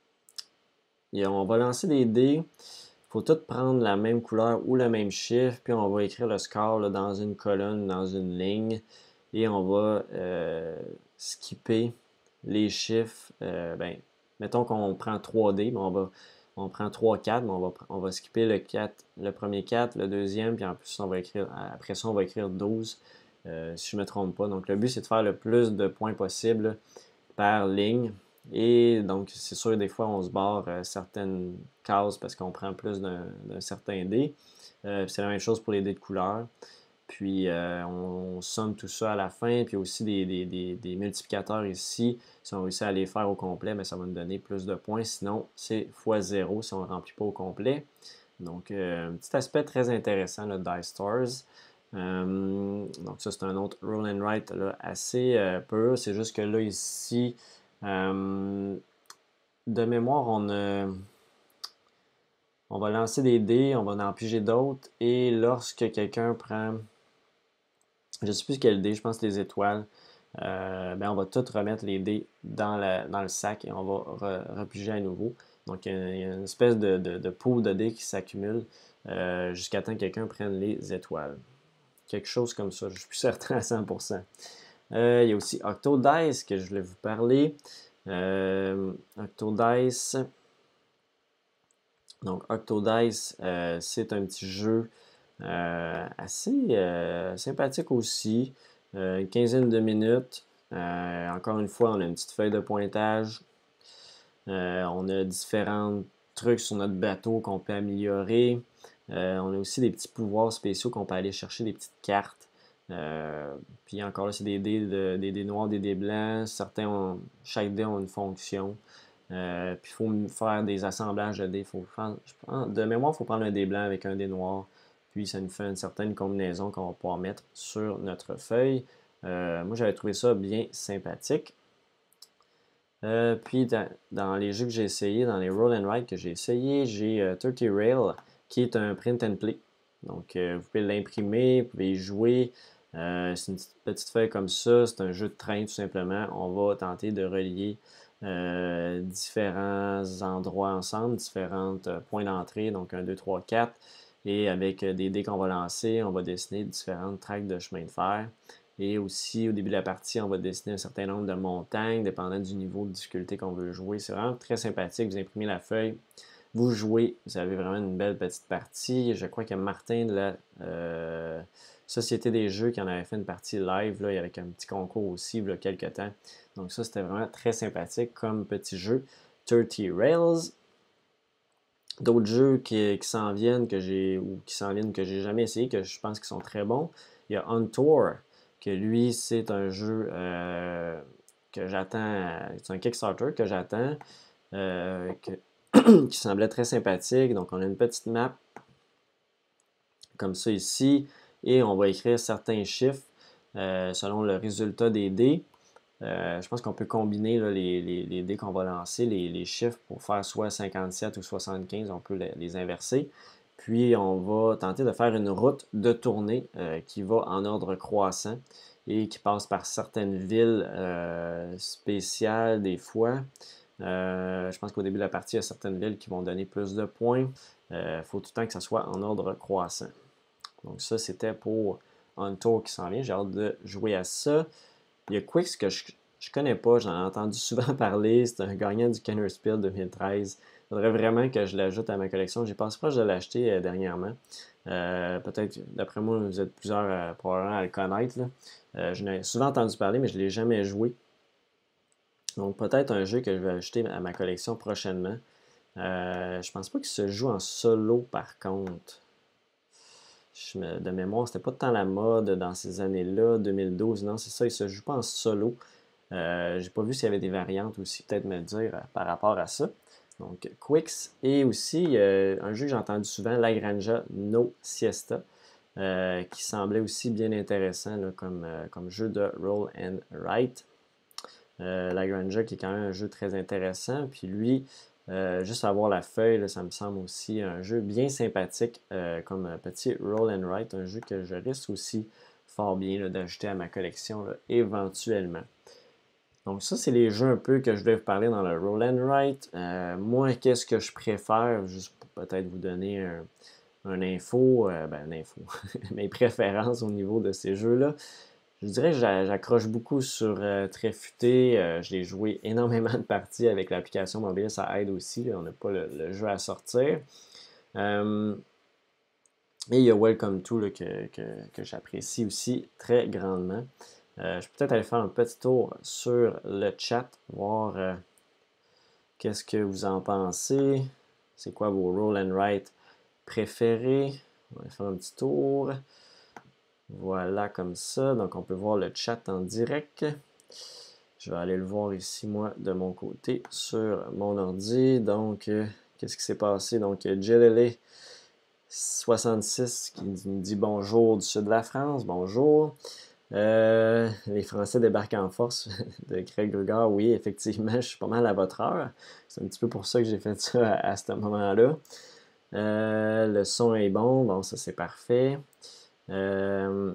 On va lancer des dés. Il faut tout prendre la même couleur ou le même chiffre, puis on va écrire le score là, dans une colonne, dans une ligne, et on va euh, skipper les chiffres. Euh, ben, mettons qu'on prend trois dés, mais on va on prend trois quatre, mais on va, on va skipper le quatre, le premier quatre, le deuxième, puis en plus on va écrire, après ça on va écrire douze, euh, si je ne me trompe pas. Donc le but c'est de faire le plus de points possible par ligne. Et donc, c'est sûr, des fois, on se barre euh, certaines cases parce qu'on prend plus d'un certain dé. Euh, c'est la même chose pour les dés de couleur. Puis, euh, on, on somme tout ça à la fin. Puis aussi des, des, des, des multiplicateurs ici. Si on réussit à les faire au complet, bien, ça va nous donner plus de points. Sinon, c'est fois zéro si on ne remplit pas au complet. Donc, euh, un petit aspect très intéressant, le Dice Stars. Euh, donc, ça, c'est un autre Roll and Write là, assez euh, peu. C'est juste que là, ici, euh, de mémoire, on, a, on va lancer des dés, on va en piger d'autres, et lorsque quelqu'un prend, je ne sais plus quel dé, je pense les étoiles, euh, ben on va tout remettre les dés dans, la, dans le sac et on va re, repiger à nouveau. Donc, il y a, il y a une espèce de, de, de pool de dés qui s'accumule euh, jusqu'à temps que quelqu'un prenne les étoiles. Quelque chose comme ça, je suis plus certain à cent pour cent. Euh, il y a aussi Octodice que je voulais vous parler. Euh, Octodice. Donc, Octodice, euh, c'est un petit jeu euh, assez euh, sympathique aussi. Euh, une quinzaine de minutes. Euh, encore une fois, on a une petite feuille de pointage. Euh, on a différents trucs sur notre bateau qu'on peut améliorer. Euh, on a aussi des petits pouvoirs spéciaux qu'on peut aller chercher des petites cartes. Euh, puis encore là, c'est des dés, de, des dés noirs, des dés blancs. Certains ont, chaque dé a une fonction. Euh, puis il faut faire des assemblages de dés. Faut faire, de mémoire, il faut prendre un dé blanc avec un dé noir. Puis ça nous fait une certaine combinaison qu'on va pouvoir mettre sur notre feuille. Euh, moi, j'avais trouvé ça bien sympathique. Euh, puis dans, dans les jeux que j'ai essayé, dans les Roll and Write que j'ai essayé, j'ai euh, thirty Rail qui est un print and play. Donc euh, vous pouvez l'imprimer, vous pouvez y jouer. Euh, c'est une petite feuille comme ça, c'est un jeu de train tout simplement. On va tenter de relier euh, différents endroits ensemble, différents euh, points d'entrée, donc un, deux, trois, quatre. Et avec euh, des dés qu'on va lancer, on va dessiner différentes tracks de chemin de fer. Et aussi, au début de la partie, on va dessiner un certain nombre de montagnes, dépendant du niveau de difficulté qu'on veut jouer. C'est vraiment très sympathique. Vous imprimez la feuille, vous jouez, vous avez vraiment une belle petite partie. Je crois que Martin de la euh, Société des Jeux qui en avait fait une partie live, là, avec un petit concours aussi, il y a quelques temps. Donc ça, c'était vraiment très sympathique comme petit jeu. thirty Rails. D'autres jeux qui, qui s'en viennent, que j'ai ou qui s'en viennent que j'ai jamais essayé, que je pense qu'ils sont très bons. Il y a On Tour, que lui, c'est un jeu euh, que j'attends, c'est un Kickstarter que j'attends, euh, que, qui semblait très sympathique. Donc, on a une petite map comme ça ici, et on va écrire certains chiffres euh, selon le résultat des dés. Euh, je pense qu'on peut combiner là, les, les, les dés qu'on va lancer, les, les chiffres, pour faire soit cinquante-sept ou soixante-quinze, on peut les, les inverser. Puis on va tenter de faire une route de tournée euh, qui va en ordre croissant et qui passe par certaines villes euh, spéciales des fois. Euh, je pense qu'au début de la partie, il y a certaines villes qui vont donner plus de points. Il euh, faut tout le temps que ça soit en ordre croissant. Donc ça, c'était pour un tour qui s'en vient. J'ai hâte de jouer à ça. Il y a Quicks que je ne connais pas, j'en ai entendu souvent parler. C'est un gagnant du Kenner Spiel deux mille treize. Il faudrait vraiment que je l'ajoute à ma collection. J'ai pensé proche de l'acheter euh, dernièrement. Euh, Peut-être, d'après moi, vous êtes plusieurs euh, probablement à le connaître. Là. Euh, je n'ai souvent entendu parler, mais je ne l'ai jamais joué. Donc peut-être un jeu que je vais ajouter à ma collection prochainement. Euh, je pense pas qu'il se joue en solo par contre. Je me, de mémoire, c'était pas tant la mode dans ces années-là, deux mille douze. Non, c'est ça, il se joue pas en solo. Euh, j'ai pas vu s'il y avait des variantes aussi, peut-être me dire euh, par rapport à ça. Donc, Quicks. Et aussi, euh, un jeu que j'ai entendu souvent, La Granja No Siesta, euh, qui semblait aussi bien intéressant là, comme, euh, comme jeu de roll and write. Euh, La Granja qui est quand même un jeu très intéressant. Puis lui, euh, juste avoir la feuille, là, ça me semble aussi un jeu bien sympathique euh, comme un petit roll and write, un jeu que je risque aussi fort bien d'ajouter à ma collection là, éventuellement. Donc ça, c'est les jeux un peu que je voulais vous parler dans le roll and write. Euh, moi, qu'est-ce que je préfère, juste pour peut-être vous donner un, un info, euh, ben une info, mes préférences au niveau de ces jeux-là. Je dirais que j'accroche beaucoup sur euh, Tréfuté. Euh, je l'ai joué énormément de parties avec l'application mobile, ça aide aussi. Là, on n'a pas le, le, jeu à sortir. Euh, et il y a Welcome To là, que, que, que j'apprécie aussi très grandement. Euh, je peux peut-être aller faire un petit tour sur le chat, voir euh, qu'est-ce que vous en pensez. C'est quoi vos roll and write préférés? On va faire un petit tour. Voilà, comme ça. Donc, on peut voir le chat en direct. Je vais aller le voir ici, moi, de mon côté, sur mon ordi. Donc, euh, qu'est-ce qui s'est passé? Donc, Jelele soixante-six qui nous dit bonjour du sud de la France. Bonjour. Euh, les Français débarquent en force de Craig Grugard. Oui, effectivement, je suis pas mal à votre heure. C'est un petit peu pour ça que j'ai fait ça à, à ce moment-là. Euh, le son est bon. Bon, ça, c'est parfait. Euh,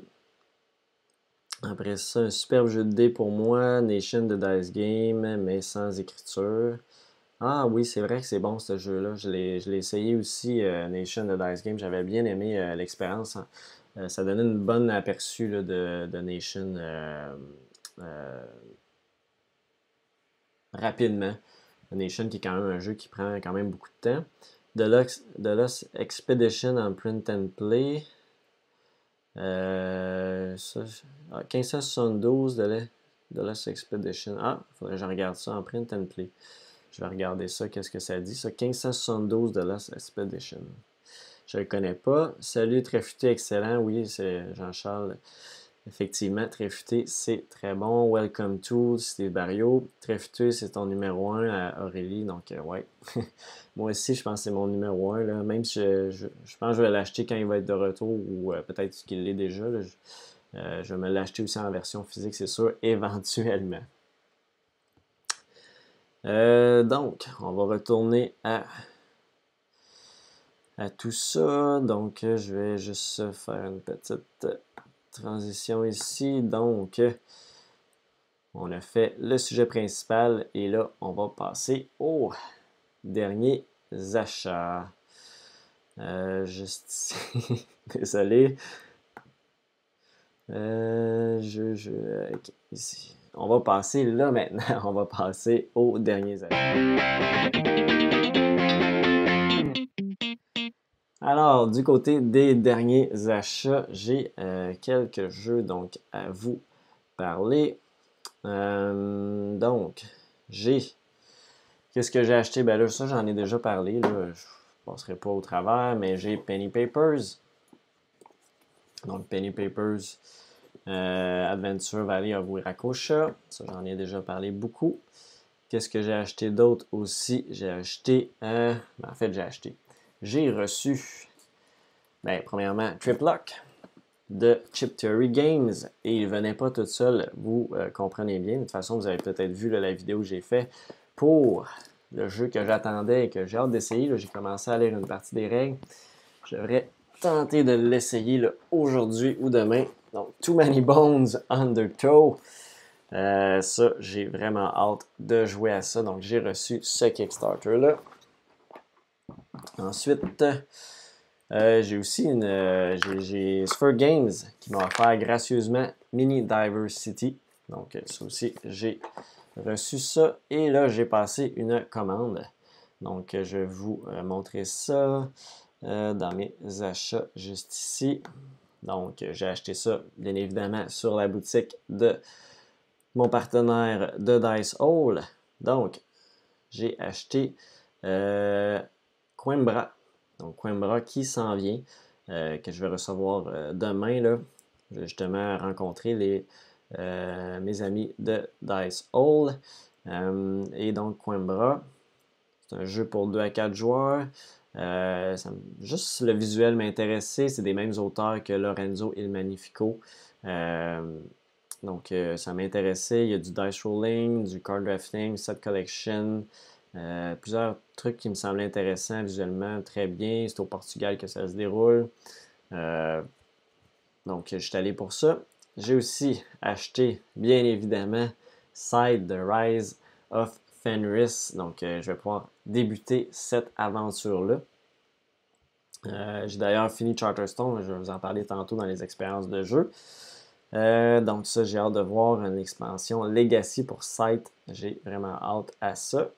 après ça, un superbe jeu de dés pour moi. Nation de Dice Game, mais sans écriture. Ah oui, c'est vrai que c'est bon ce jeu-là. Je l'ai essayé aussi, euh, Nation de Dice Game. J'avais bien aimé euh, l'expérience. Hein. Euh, ça donnait une bonne aperçu là, de, de Nation euh, euh, rapidement. Nation qui est quand même un jeu qui prend quand même beaucoup de temps. The Lost, The Lost Expedition en print and play. Euh, ça, ah, quinze cent soixante-douze de la, de Lost Expedition. Ah, il faudrait que je regarde ça en print and play. Je vais regarder ça, qu'est-ce que ça dit. Ça, quinze cent soixante-douze de Lost Expedition. Je ne le connais pas. Salut, Tréfuté, excellent. Oui, c'est Jean-Charles. Effectivement, Tréfuté, c'est très bon. Welcome to, Steve Barrio. Tréfuté, c'est ton numéro un à Aurélie. Donc, euh, ouais. Moi aussi, je pense que c'est mon numéro un. Là. Même si je, je, je pense que je vais l'acheter quand il va être de retour ou euh, peut-être qu'il l'est déjà. Là. Je, euh, je vais me l'acheter aussi en version physique, c'est sûr, éventuellement. Euh, donc, on va retourner à, à tout ça. Donc, je vais juste faire une petite transition ici. Donc, on a fait le sujet principal et là, on va passer aux derniers achats. Euh, juste ici. Désolé. Euh, je, je, okay, ici. On va passer là maintenant. On va passer aux derniers achats. Alors, du côté des derniers achats, j'ai euh, quelques jeux donc à vous parler. Euh, donc, j'ai. Qu'est-ce que j'ai acheté? Ben là, ça, j'en ai déjà parlé. Là. Je ne passerai pas au travers, mais j'ai Penny Papers. Donc, Penny Papers, euh, Adventure Valley of Wiracocha. Ça, j'en ai déjà parlé beaucoup. Qu'est-ce que j'ai acheté d'autre aussi? J'ai acheté. Euh, ben, en fait, j'ai acheté. J'ai reçu. Ben, premièrement, Triplock de Chip Theory Games. Et il ne venait pas tout seul, vous euh, comprenez bien. De toute façon, vous avez peut-être vu là, la vidéo que j'ai faite pour le jeu que j'attendais et que j'ai hâte d'essayer. J'ai commencé à lire une partie des règles. Je devrais tenter de l'essayer aujourd'hui ou demain. Donc, Too Many Bones Undertow. Euh, ça, j'ai vraiment hâte de jouer à ça. Donc, j'ai reçu ce Kickstarter-là. Ensuite, euh, j'ai aussi une. Euh, j'ai Sphere Games qui m'a offert gracieusement Mini Diversity. Donc, ça aussi, j'ai reçu ça. Et là, j'ai passé une commande. Donc, je vais vous montrer ça euh, dans mes achats juste ici. Donc, j'ai acheté ça, bien évidemment, sur la boutique de mon partenaire de Dice Hole. Donc, j'ai acheté euh, Coimbra. Donc, Coimbra qui s'en vient, euh, que je vais recevoir euh, demain. Là. Je vais justement rencontrer les, euh, mes amis de Dice Hole. Euh, et donc, Coimbra, c'est un jeu pour deux à quatre joueurs. Euh, ça, juste le visuel m'intéressait. C'est des mêmes auteurs que Lorenzo Il Magnifico. Euh, donc, euh, ça m'intéressait. Il y a du dice rolling, du card drafting, set collection. Euh, plusieurs trucs qui me semblaient intéressants visuellement, très bien. C'est au Portugal que ça se déroule. Euh, donc, je suis allé pour ça. J'ai aussi acheté, bien évidemment, Side the Rise of Fenris. Donc, euh, je vais pouvoir débuter cette aventure-là. Euh, j'ai d'ailleurs fini Charterstone. Je vais vous en parler tantôt dans les expériences de jeu. Euh, donc, ça, j'ai hâte de voir une expansion Legacy pour Scythe. J'ai vraiment hâte à ça.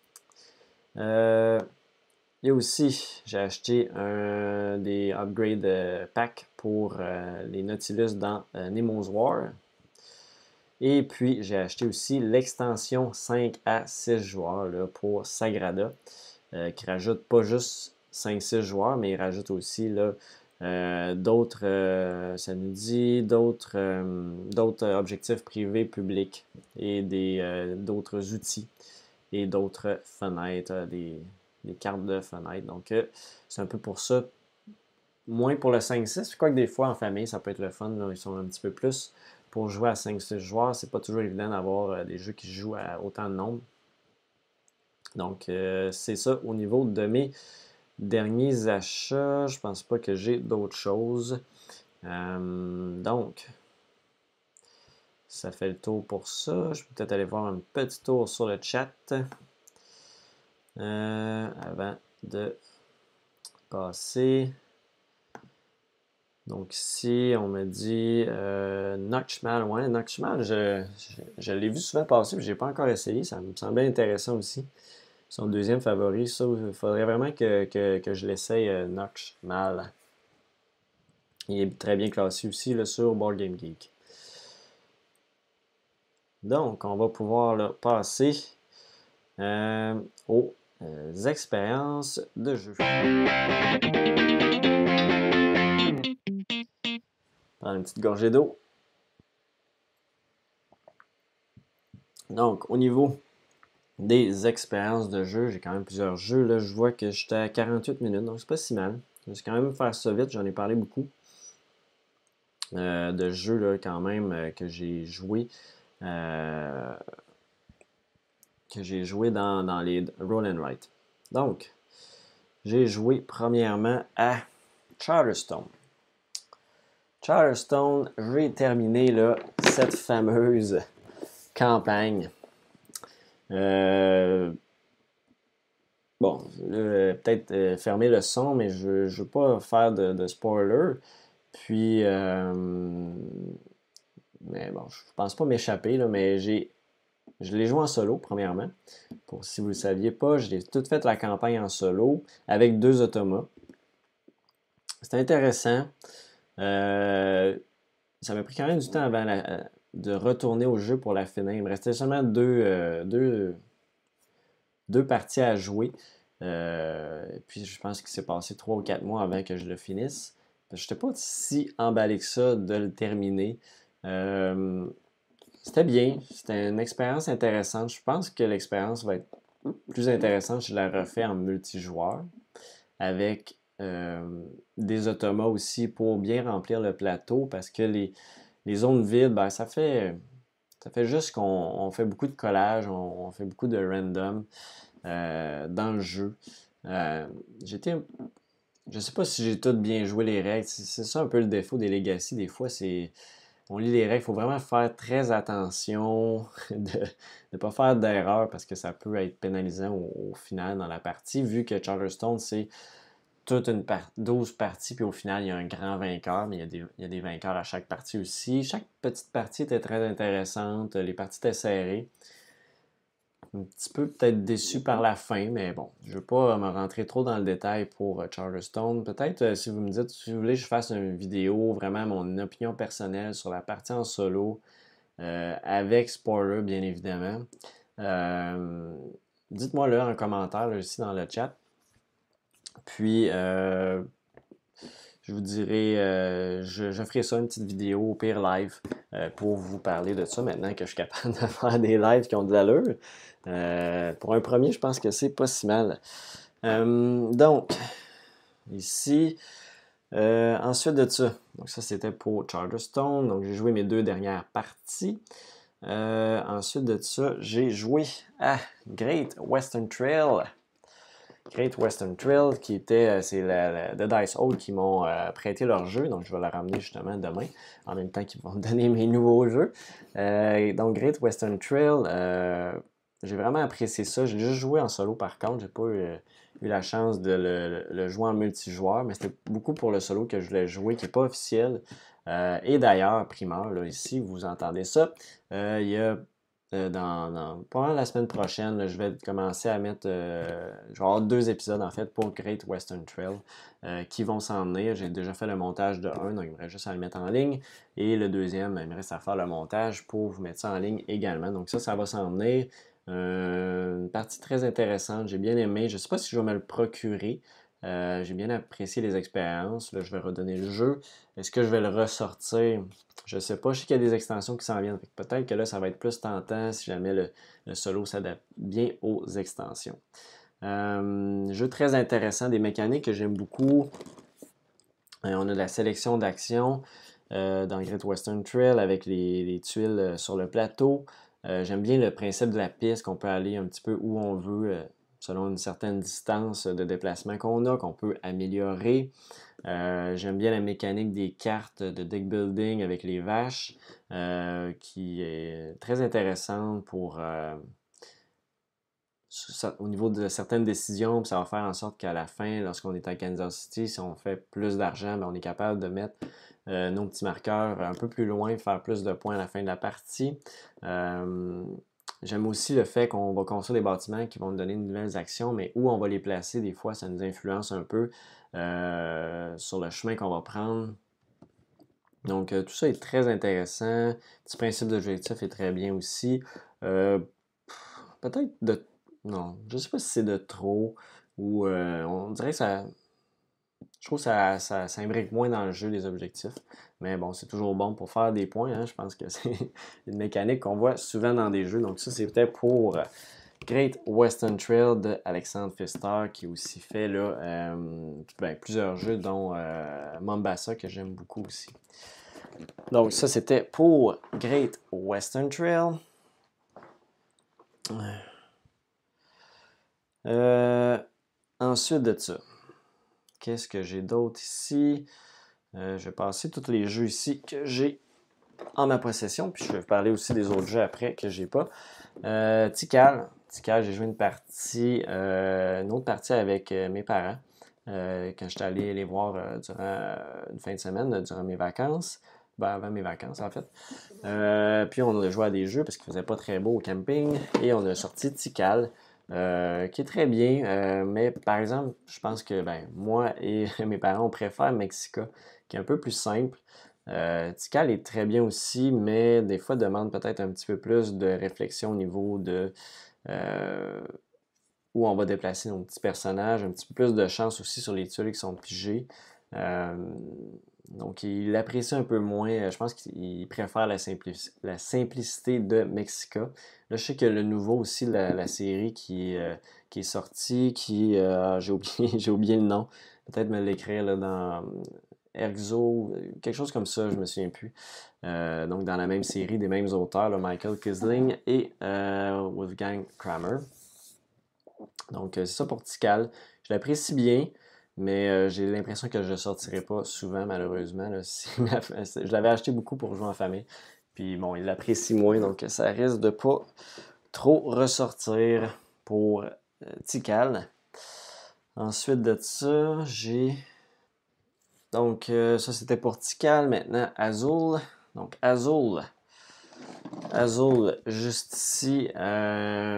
Euh, et aussi, j'ai acheté un des upgrade euh, packs pour euh, les Nautilus dans euh, Nemo's War. Et puis, j'ai acheté aussi l'extension cinq à six joueurs là, pour Sagrada, euh, qui rajoute pas juste cinq six joueurs, mais il rajoute aussi là, euh, d'autres, euh, ça nous dit, d'autres euh, d'autres objectifs privés publics et des, euh, d'autres outils et d'autres fenêtres, des, des cartes de fenêtres. Donc, euh, c'est un peu pour ça. Moins pour le cinq six, quoique des fois en famille, ça peut être le fun. Là, ils sont un petit peu plus. Pour jouer à cinq six joueurs, c'est pas toujours évident d'avoir euh, des jeux qui jouent à autant de nombre. Donc, euh, c'est ça au niveau de mes derniers achats. Je pense pas que j'ai d'autres choses. Euh, donc, ça fait le tour pour ça. Je peux peut-être aller voir un petit tour sur le chat euh, avant de passer. Donc ici, on me dit euh, Noctmal. Ouais, Noctmal, je, je, je l'ai vu souvent passer, mais je n'ai pas encore essayé. Ça me semblait intéressant aussi. Son deuxième favori, ça, il faudrait vraiment que, que, que je l'essaye, euh, Noctmal. Il est très bien classé aussi là, sur Board Game Geek. Donc, on va pouvoir là, passer euh, aux euh, expériences de jeu. Prendre une petite gorgée d'eau. Donc, au niveau des expériences de jeu, j'ai quand même plusieurs jeux. Là, je vois que j'étais à quarante-huit minutes, donc c'est pas si mal. Je vais quand même faire ça vite, j'en ai parlé beaucoup. Euh, de jeux là, quand même euh, que j'ai joué. Euh, que j'ai joué dans, dans les Roll and Write. Donc, j'ai joué premièrement à Charterstone. Charterstone, j'ai terminé là, cette fameuse campagne. Euh, bon, peut-être euh, fermer le son, mais je ne veux pas faire de, de spoiler. Puis, euh, mais bon, je pense pas m'échapper, là, mais j'ai, je l'ai joué en solo, premièrement. Pour si vous ne le saviez pas, j'ai tout fait la campagne en solo avec deux automas. C'était intéressant. Euh, ça m'a pris quand même du temps avant la, de retourner au jeu pour la finir. Il me restait seulement deux, euh, deux, deux parties à jouer. Euh, puis je pense qu'il s'est passé trois ou quatre mois avant que je le finisse. Je n'étais pas si emballé que ça de le terminer. Euh, c'était bien. C'était une expérience intéressante. Je pense que l'expérience va être plus intéressante si je la refais en multijoueur. Avec euh, des automas aussi pour bien remplir le plateau parce que les, les zones vides, ben, ça fait ça fait juste qu'on on fait beaucoup de collage, on, on fait beaucoup de random euh, dans le jeu. Euh, j'étais je sais pas si j'ai tout bien joué les règles. C'est ça un peu le défaut des Legacy. Des fois, c'est on lit les règles, il faut vraiment faire très attention de ne pas faire d'erreur parce que ça peut être pénalisant au, au final dans la partie, vu que Charterstone, c'est toute une part, douze parties, puis au final, il y a un grand vainqueur, mais il y, a des, il y a des vainqueurs à chaque partie aussi. Chaque petite partie était très intéressante, les parties étaient serrées. Un petit peu peut-être déçu par la fin, mais bon, je ne veux pas me rentrer trop dans le détail pour euh, Charterstone. Peut-être, euh, si vous me dites, si vous voulez que je fasse une vidéo, vraiment mon opinion personnelle sur la partie en solo, euh, avec spoiler, bien évidemment. Euh, Dites-moi là en commentaire, là, ici dans le chat. Puis, euh, je vous dirai, euh, je, je ferai ça, une petite vidéo, au pire live, euh, pour vous parler de ça maintenant que je suis capable de faire des lives qui ont de l'allure. Euh, pour un premier, je pense que c'est pas si mal. Euh, donc, ici, euh, ensuite de ça, donc ça c'était pour Charterstone, donc j'ai joué mes deux dernières parties. Euh, ensuite de ça, j'ai joué à Great Western Trail. Great Western Trail, qui était, c'est la, la, The Dice Hole qui m'ont euh, prêté leur jeu, donc je vais la ramener justement demain, en même temps qu'ils vont me donner mes nouveaux jeux. Euh, donc Great Western Trail, euh, j'ai vraiment apprécié ça. J'ai juste joué en solo par contre, j'ai pas eu, eu la chance de le, le, jouer en multijoueur, mais c'était beaucoup pour le solo que je voulais jouer, qui n'est pas officiel. Euh, et d'ailleurs, primeur, là, ici, vous entendez ça, euh, il y a euh, dans, dans, pendant la semaine prochaine, là, je vais commencer à mettre, euh, je vais avoir deux épisodes en fait pour Great Western Trail euh, qui vont s'en venir. J'ai déjà fait le montage de un, donc il me reste juste à le mettre en ligne. Et le deuxième, il me reste à faire le montage pour vous mettre ça en ligne également. Donc ça, ça va s'en venir. Euh, une partie très intéressante, j'ai bien aimé. Je ne sais pas si je vais me le procurer. Euh, j'ai bien apprécié les expériences. Là, je vais redonner le jeu. Est-ce que je vais le ressortir? Je ne sais pas. Je sais qu'il y a des extensions qui s'en viennent. Peut-être que là, ça va être plus tentant si jamais le, le solo s'adapte bien aux extensions. Euh, jeu très intéressant, des mécaniques que j'aime beaucoup. Euh, on a de la sélection d'actions euh, dans Great Western Trail avec les, les tuiles euh, sur le plateau. Euh, j'aime bien le principe de la piste, qu'on peut aller un petit peu où on veut, euh, selon une certaine distance de déplacement qu'on a, qu'on peut améliorer. Euh, j'aime bien la mécanique des cartes de deck building avec les vaches, euh, qui est très intéressante pour euh, au niveau de certaines décisions, puis ça va faire en sorte qu'à la fin, lorsqu'on est à Kansas City, si on fait plus d'argent, on est capable de mettre euh, nos petits marqueurs un peu plus loin, faire plus de points à la fin de la partie. Euh, J'aime aussi le fait qu'on va construire des bâtiments qui vont nous donner de nouvelles actions, mais où on va les placer, des fois, ça nous influence un peu euh, sur le chemin qu'on va prendre. Donc, euh, tout ça est très intéressant. Le petit principe d'objectif est très bien aussi. Euh, Peut-être de... Non, je sais pas si c'est de trop ou euh, on dirait que ça... Je trouve que ça, ça, ça imbrique moins dans le jeu les objectifs. Mais bon, c'est toujours bon pour faire des points. Hein. Je pense que c'est une mécanique qu'on voit souvent dans des jeux. Donc ça, c'est peut-être pour Great Western Trail de Alexandre Pfister qui aussi fait là, euh, ben, plusieurs jeux, dont euh, Mombasa que j'aime beaucoup aussi. Donc ça, c'était pour Great Western Trail. Euh, ensuite de ça, qu'est-ce que j'ai d'autre ici? Euh, je vais passer tous les jeux ici que j'ai en ma possession, puis je vais vous parler aussi des autres jeux après que j'ai pas. Euh, Tikal, Tikal, j'ai joué une partie, euh, une autre partie avec euh, mes parents euh, quand j'étais allé les voir euh, durant euh, une fin de semaine, euh, durant mes vacances. Ben, avant mes vacances, en fait. Euh, puis on a joué à des jeux parce qu'il faisait pas très beau au camping et on a sorti Tikal. Euh, qui est très bien, euh, mais par exemple, je pense que ben, moi et mes parents, on préfère Mexica, qui est un peu plus simple. Euh, Tikal est très bien aussi, mais des fois demande peut-être un petit peu plus de réflexion au niveau de euh, où on va déplacer nos petits personnages, un petit peu plus de chance aussi sur les tuiles qui sont pigées. Euh, donc, il apprécie un peu moins. Je pense qu'il préfère la, simpli- la simplicité de Mexica. Là, je sais que le nouveau aussi, la, la série qui, euh, qui est sortie, qui. Euh, j'ai oublié, j'ai oublié le nom. Peut-être me l'écrire là, dans Ergo, quelque chose comme ça, je me souviens plus. Euh, donc, dans la même série, des mêmes auteurs, là, Michael Kisling et euh, Wolfgang Kramer. Donc, euh, c'est ça pour Tikal. Je l'apprécie bien, mais euh, j'ai l'impression que je ne sortirai pas souvent, malheureusement. Là. Si ma... Je l'avais acheté beaucoup pour jouer en famille. Puis bon, il l'apprécie moins, donc ça risque de pas trop ressortir pour euh, Tikal. Ensuite de ça, j'ai... Donc, euh, ça c'était pour Tikal. Maintenant, Azul. Donc, Azul. Azul, juste ici. Euh...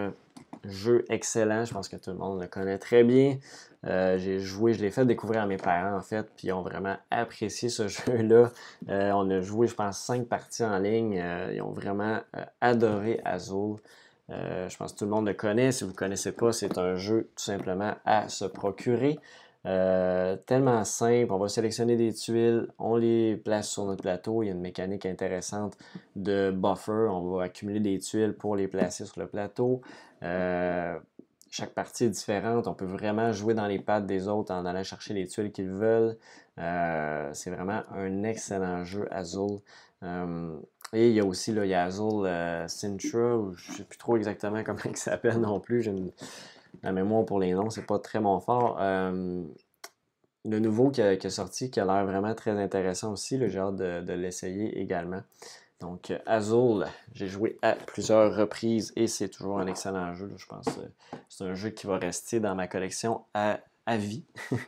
jeu excellent, je pense que tout le monde le connaît très bien. Euh, j'ai joué, je l'ai fait découvrir à mes parents en fait, puis ils ont vraiment apprécié ce jeu-là. Euh, on a joué, je pense, cinq parties en ligne. Euh, ils ont vraiment euh, adoré Azul. Euh, je pense que tout le monde le connaît. Si vous ne le connaissez pas, c'est un jeu tout simplement à se procurer. Euh, tellement simple, on va sélectionner des tuiles, on les place sur notre plateau. Il y a une mécanique intéressante de buffer. On va accumuler des tuiles pour les placer sur le plateau. Euh, chaque partie est différente. On peut vraiment jouer dans les pattes des autres en allant chercher les tuiles qu'ils veulent. Euh, c'est vraiment un excellent jeu Azul. Euh, et il y a aussi là, il y a Azul euh, Sintra, je ne sais plus trop exactement comment il s'appelle non plus. J'ai une, la mémoire pour les noms, c'est pas très mon fort. Euh, le nouveau qui a, qui a sorti, qui a l'air vraiment très intéressant aussi, j'ai hâte de, de l'essayer également. Donc, Azul, j'ai joué à plusieurs reprises et c'est toujours un excellent jeu. Je pense que c'est un jeu qui va rester dans ma collection à, à vie.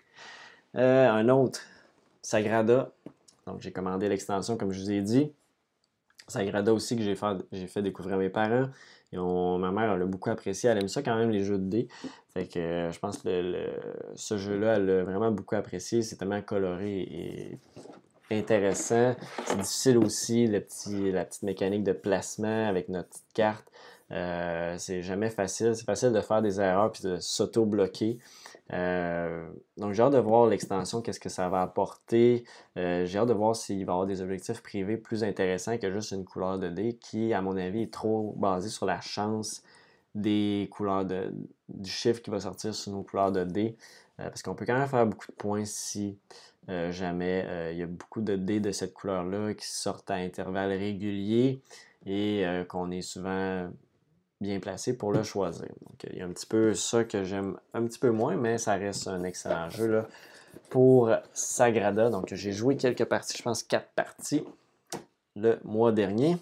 euh, un autre, Sagrada. Donc, j'ai commandé l'extension, comme je vous ai dit. Sagrada aussi que j'ai fait, j'ai fait découvrir à mes parents. Et on, ma mère, elle a beaucoup apprécié. Elle aime ça quand même, les jeux de dés. Fait que euh, je pense que le, le, ce jeu-là, elle l'a vraiment beaucoup apprécié. C'est tellement coloré et intéressant. C'est difficile aussi, le petit, la petite mécanique de placement avec notre petite carte. Euh, c'est jamais facile. C'est facile de faire des erreurs puis de s'auto-bloquer. Euh, donc, j'ai hâte de voir l'extension, qu'est-ce que ça va apporter. Euh, j'ai hâte de voir s'il va y avoir des objectifs privés plus intéressants que juste une couleur de dés qui, à mon avis, est trop basée sur la chance des couleurs de, du chiffre qui va sortir sur nos couleurs de dés. Euh, parce qu'on peut quand même faire beaucoup de points si euh, jamais euh, il y a beaucoup de dés de cette couleur-là qui sortent à intervalles réguliers et euh, qu'on est souvent bien placé pour le choisir. Donc, il y a un petit peu ça que j'aime un petit peu moins, mais ça reste un excellent jeu là, pour Sagrada. Donc, j'ai joué quelques parties, je pense quatre parties le mois dernier.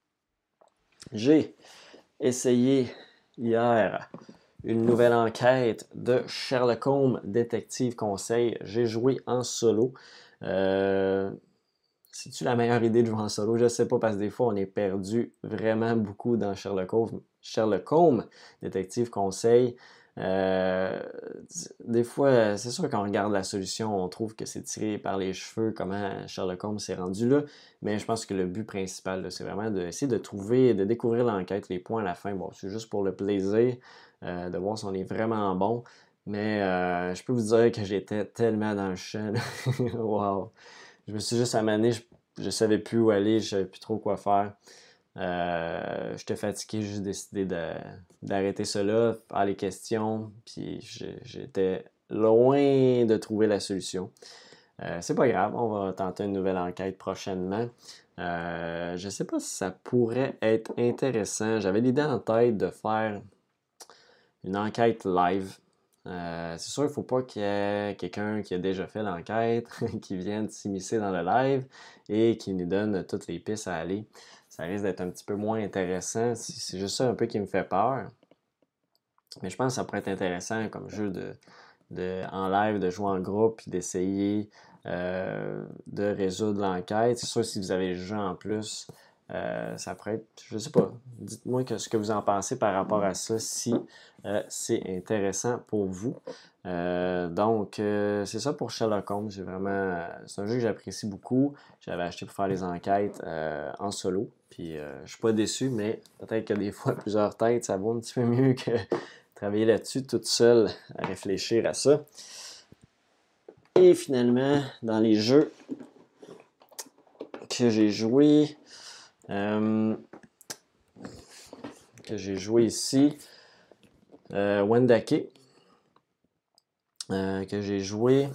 J'ai essayé hier une nouvelle enquête de Sherlock Holmes, Détective Conseil. J'ai joué en solo. Euh, C'est-tu la meilleure idée de jouer en solo? Je ne sais pas, parce que des fois, on est perdu vraiment beaucoup dans Sherlock Holmes, Sherlock Holmes Détective Conseil. Euh, des fois, c'est sûr qu'on regarde la solution, on trouve que c'est tiré par les cheveux comment Sherlock Holmes s'est rendu là, mais je pense que le but principal, là, c'est vraiment d'essayer de trouver, de découvrir l'enquête, les points à la fin. Bon, c'est juste pour le plaisir euh, de voir si on est vraiment bon, mais euh, je peux vous dire que j'étais tellement dans le champ. Wow! Je me suis juste amené, je, je savais plus où aller, je savais plus trop quoi faire. Euh, j'étais fatigué, j'ai juste décidé de, d'arrêter cela, faire les questions, puis j'étais loin de trouver la solution. Euh, c'est pas grave, on va tenter une nouvelle enquête prochainement. Euh, je sais pas si ça pourrait être intéressant. J'avais l'idée en tête de faire une enquête live. Euh, c'est sûr, il ne faut pas qu'il y ait quelqu'un qui a déjà fait l'enquête, qui vienne s'immiscer dans le live et qui nous donne toutes les pistes à aller. Ça risque d'être un petit peu moins intéressant. C'est juste ça un peu qui me fait peur. Mais je pense que ça pourrait être intéressant comme jeu de, de, en live, de jouer en groupe et d'essayer euh, de résoudre l'enquête. C'est sûr, si vous avez le jeu en plus, euh, ça pourrait être, je sais pas, dites-moi que, ce que vous en pensez par rapport à ça, si euh, c'est intéressant pour vous. Euh, donc, euh, c'est ça pour Sherlock Holmes. J'ai vraiment, c'est un jeu que j'apprécie beaucoup. J'avais acheté pour faire les enquêtes euh, en solo. Puis, euh, je suis pas déçu, mais peut-être que des fois, plusieurs têtes, ça vaut un petit peu mieux que travailler là-dessus toute seule à réfléchir à ça. Et finalement, dans les jeux que j'ai joués, euh, que j'ai joué ici, euh, Wendake, euh, que j'ai joué,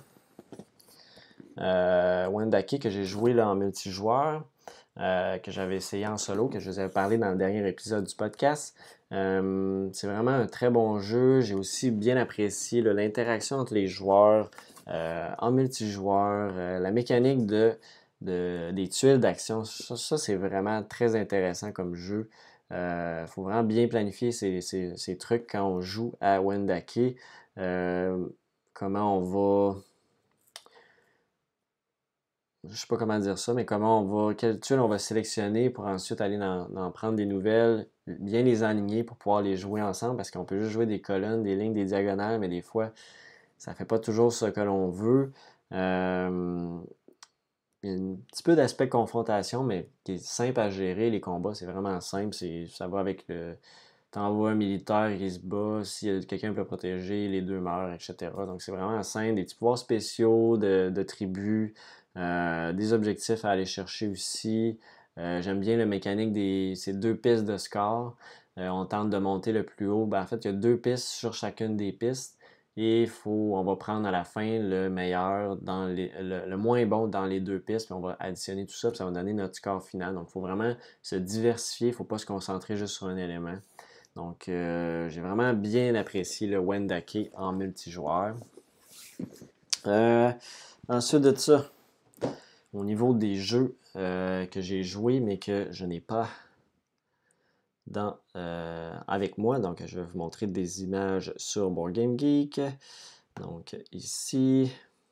euh, Wendake, que j'ai joué là, en multijoueur, euh, que j'avais essayé en solo, que je vous avais parlé dans le dernier épisode du podcast. Euh, c'est vraiment un très bon jeu. J'ai aussi bien apprécié là, l'interaction entre les joueurs euh, en multijoueur, euh, la mécanique de, de, des tuiles d'action. Ça, ça, c'est vraiment très intéressant comme jeu. Il euh, faut vraiment bien planifier ces, ces, ces, trucs quand on joue à Wendake. Euh, comment on va je sais pas comment dire ça, mais comment on va, quelle tuile on va sélectionner pour ensuite aller dans, dans prendre des nouvelles, bien les aligner pour pouvoir les jouer ensemble, parce qu'on peut juste jouer des colonnes, des lignes, des diagonales, mais des fois, ça fait pas toujours ce que l'on veut. Euh, il y a un petit peu d'aspect confrontation, mais qui est simple à gérer. Les combats, c'est vraiment simple. Ça va avec le. T'envoies un militaire qui se bat, s'il y a quelqu'un qui peut le protéger, les deux meurent, et cetera. Donc c'est vraiment simple. Des petits pouvoirs spéciaux de, de tribus, euh, des objectifs à aller chercher aussi. Euh, J'aime bien la mécanique des ces deux pistes de score. Euh, on tente de monter le plus haut. Ben, en fait, il y a deux pistes sur chacune des pistes. Et faut, on va prendre à la fin le meilleur, dans les, le, le moins bon dans les deux pistes, puis on va additionner tout ça, puis ça va donner notre score final. Donc, il faut vraiment se diversifier, il ne faut pas se concentrer juste sur un élément. Donc, euh, j'ai vraiment bien apprécié le Wendake en multijoueur. Euh, ensuite de ça, au niveau des jeux euh, que j'ai joués, mais que je n'ai pas dans, euh, avec moi, donc je vais vous montrer des images sur BoardGameGeek. Donc, ici,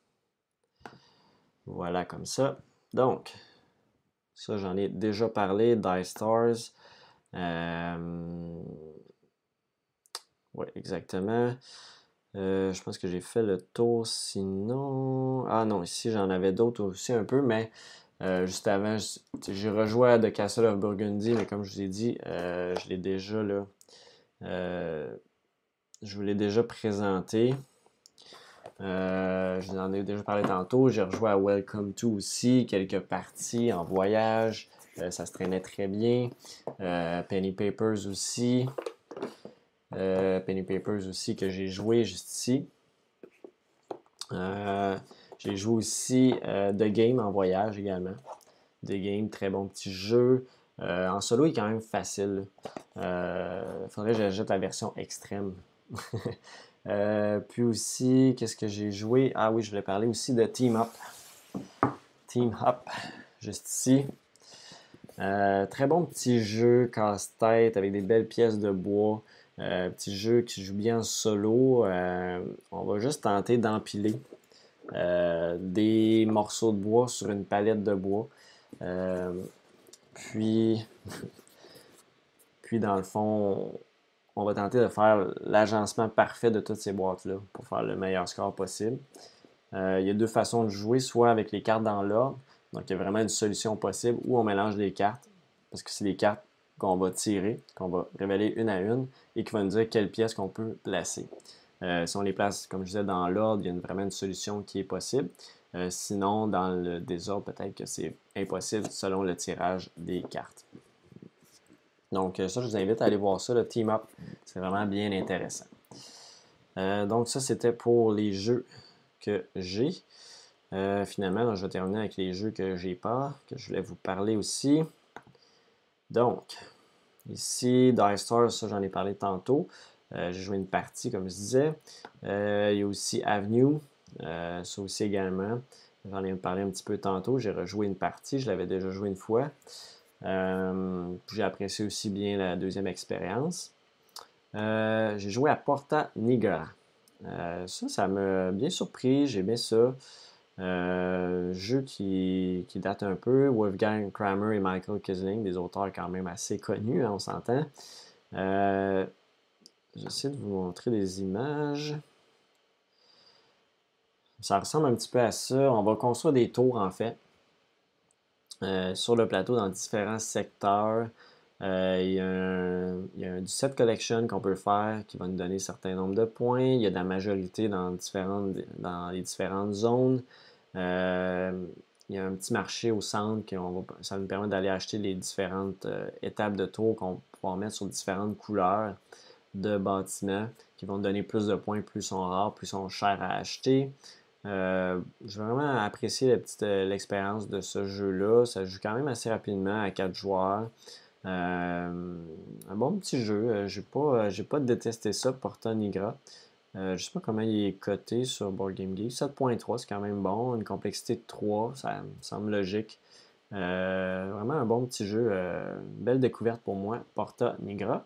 voilà comme ça. Donc, ça, j'en ai déjà parlé, Dice Stars. Euh, oui, exactement. Euh, je pense que j'ai fait le tour sinon. Ah non, ici j'en avais d'autres aussi un peu, mais euh, juste avant, j'ai rejoué à The Castle of Burgundy, mais comme je vous ai dit, euh, je l'ai déjà là. Euh, je vous l'ai déjà présenté. Euh, je vous en ai déjà parlé tantôt. J'ai rejoué à Welcome to aussi, quelques parties en voyage. Euh, ça se traînait très bien. Euh, Penny Papers aussi. Euh, Penny Papers aussi que j'ai joué juste ici. Euh, j'ai joué aussi euh, The Game en voyage également. The Game, très bon petit jeu. Euh, en solo, il est quand même facile. Il euh, faudrait que j'ajoute la version extrême. euh, puis aussi, qu'est-ce que j'ai joué? Ah oui, je voulais parler aussi de Team Up. Team Up, juste ici. Euh, très bon petit jeu casse-tête avec des belles pièces de bois. Euh, petit jeu qui joue bien en solo. Euh, on va juste tenter d'empiler euh, des morceaux de bois sur une palette de bois. Euh, puis, puis, dans le fond, on va tenter de faire l'agencement parfait de toutes ces boîtes-là pour faire le meilleur score possible. Euh, il y a deux façons de jouer, soit avec les cartes dans l'ordre, donc il y a vraiment une solution possible, ou on mélange les cartes, parce que c'est des cartes qu'on va tirer, qu'on va révéler une à une, et qui va nous dire quelle pièce qu'on peut placer. Euh, si on les place, comme je disais, dans l'ordre, il y a une, vraiment une solution qui est possible. Euh, sinon, dans le désordre, peut-être que c'est impossible selon le tirage des cartes. Donc, ça, je vous invite à aller voir ça, le Team Up. C'est vraiment bien intéressant. Euh, donc, ça, c'était pour les jeux que j'ai. Euh, finalement, là, je vais terminer avec les jeux que j'ai pas, que je voulais vous parler aussi. Donc, ici, Dice Stars, ça, j'en ai parlé tantôt. Euh, j'ai joué une partie, comme je disais. Euh, il y a aussi Avenue, euh, ça aussi également. J'en ai parlé un petit peu tantôt. J'ai rejoué une partie, je l'avais déjà joué une fois. Euh, j'ai apprécié aussi bien la deuxième expérience. Euh, j'ai joué à Porta Nigra. Euh, ça, ça m'a bien surpris. J'ai aimé ça. Euh, jeu qui, qui date un peu. Wolfgang Kramer et Michael Kisling, des auteurs quand même assez connus, hein, on s'entend. Euh, J'essaie de vous montrer des images. Ça ressemble un petit peu à ça. On va construire des tours en fait. Euh, sur le plateau dans différents secteurs. Euh, il y a, un, il y a un, du set collection qu'on peut faire qui va nous donner un certain nombre de points. Il y a de la majorité dans, différentes, dans les différentes zones. Euh, il y a un petit marché au centre qui on va, ça nous permet d'aller acheter les différentes euh, étapes de tour qu'on va pouvoir mettre sur différentes couleurs de bâtiments qui vont nous donner plus de points, plus ils sont rares, plus ils sont chers à acheter. Euh, j'ai vraiment apprécié l'expérience de ce jeu-là. Ça joue quand même assez rapidement à quatre joueurs. Euh, un bon petit jeu. Euh, j'ai pas, j'ai pas détesté ça, Porta Nigra. Euh, je sais pas comment il est coté sur BoardGameGeek. sept point trois, c'est quand même bon. Une complexité de trois, ça me semble logique. Euh, vraiment un bon petit jeu. Euh, belle découverte pour moi, Porta Nigra.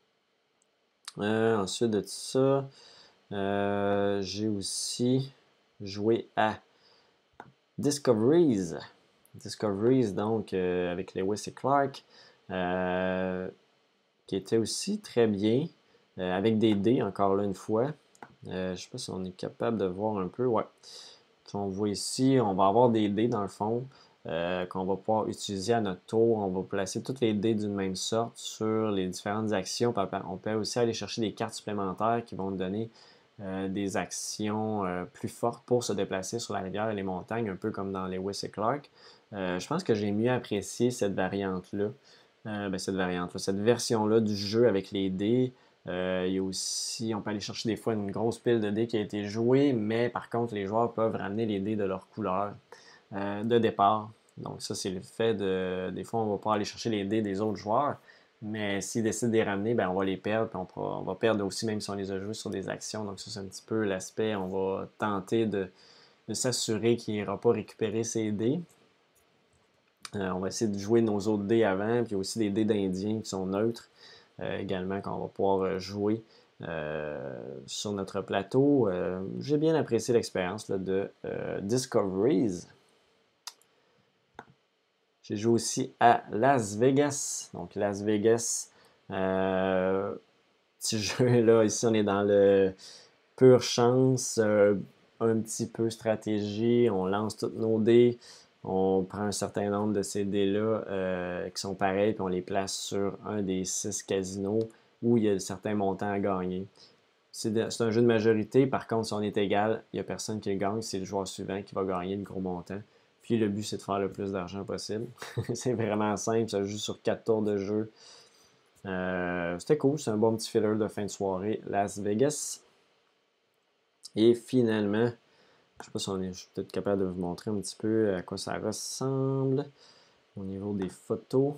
Euh, ensuite de ça, euh, j'ai aussi joué à Discoveries. Discoveries, donc, euh, avec Lewis et Clark, euh, qui était aussi très bien, euh, avec des dés, encore là une fois. Euh, je ne sais pas si on est capable de voir un peu. Ouais. On voit ici, on va avoir des dés dans le fond euh, qu'on va pouvoir utiliser à notre tour. On va placer toutes les dés d'une même sorte sur les différentes actions. On peut aussi aller chercher des cartes supplémentaires qui vont nous donner euh, des actions euh, plus fortes pour se déplacer sur la rivière et les montagnes, un peu comme dans Lewis et Clark. Euh, je pense que j'ai mieux apprécié cette variante-là. Euh, ben, cette variante-là, cette version-là du jeu avec les dés. Euh, il y a aussi, on peut aller chercher des fois une grosse pile de dés qui a été jouée, mais par contre, les joueurs peuvent ramener les dés de leur couleur euh, de départ. Donc ça, c'est le fait de... Des fois, on va pas aller chercher les dés des autres joueurs, mais s'ils décident de les ramener, ben, on va les perdre, puis on, pourra, on va perdre aussi même si on les a joués sur des actions. Donc ça, c'est un petit peu l'aspect, on va tenter de, de s'assurer qu'il n'ira pas récupérer ces dés. Euh, on va essayer de jouer nos autres dés avant, puis il y a aussi des dés d'Indiens qui sont neutres euh, également qu'on va pouvoir jouer euh, sur notre plateau. Euh, J'ai bien apprécié l'expérience de euh, Discoveries. J'ai joué aussi à Las Vegas. Donc Las Vegas, euh, petit jeu là, ici on est dans le pure chance, euh, un petit peu stratégie, on lance tous nos dés. On prend un certain nombre de ces dés-là euh, qui sont pareils, puis on les place sur un des six casinos où il y a certains montants à gagner. C'est un jeu de majorité, par contre, si on est égal, il n'y a personne qui le gagne, c'est le joueur suivant qui va gagner le gros montant. Puis le but, c'est de faire le plus d'argent possible. C'est vraiment simple, ça joue sur quatre tours de jeu. Euh, C'était cool, c'est un bon petit filler de fin de soirée. Las Vegas. Et finalement, je ne sais pas si on est, je suis peut-être capable de vous montrer un petit peu à quoi ça ressemble au niveau des photos.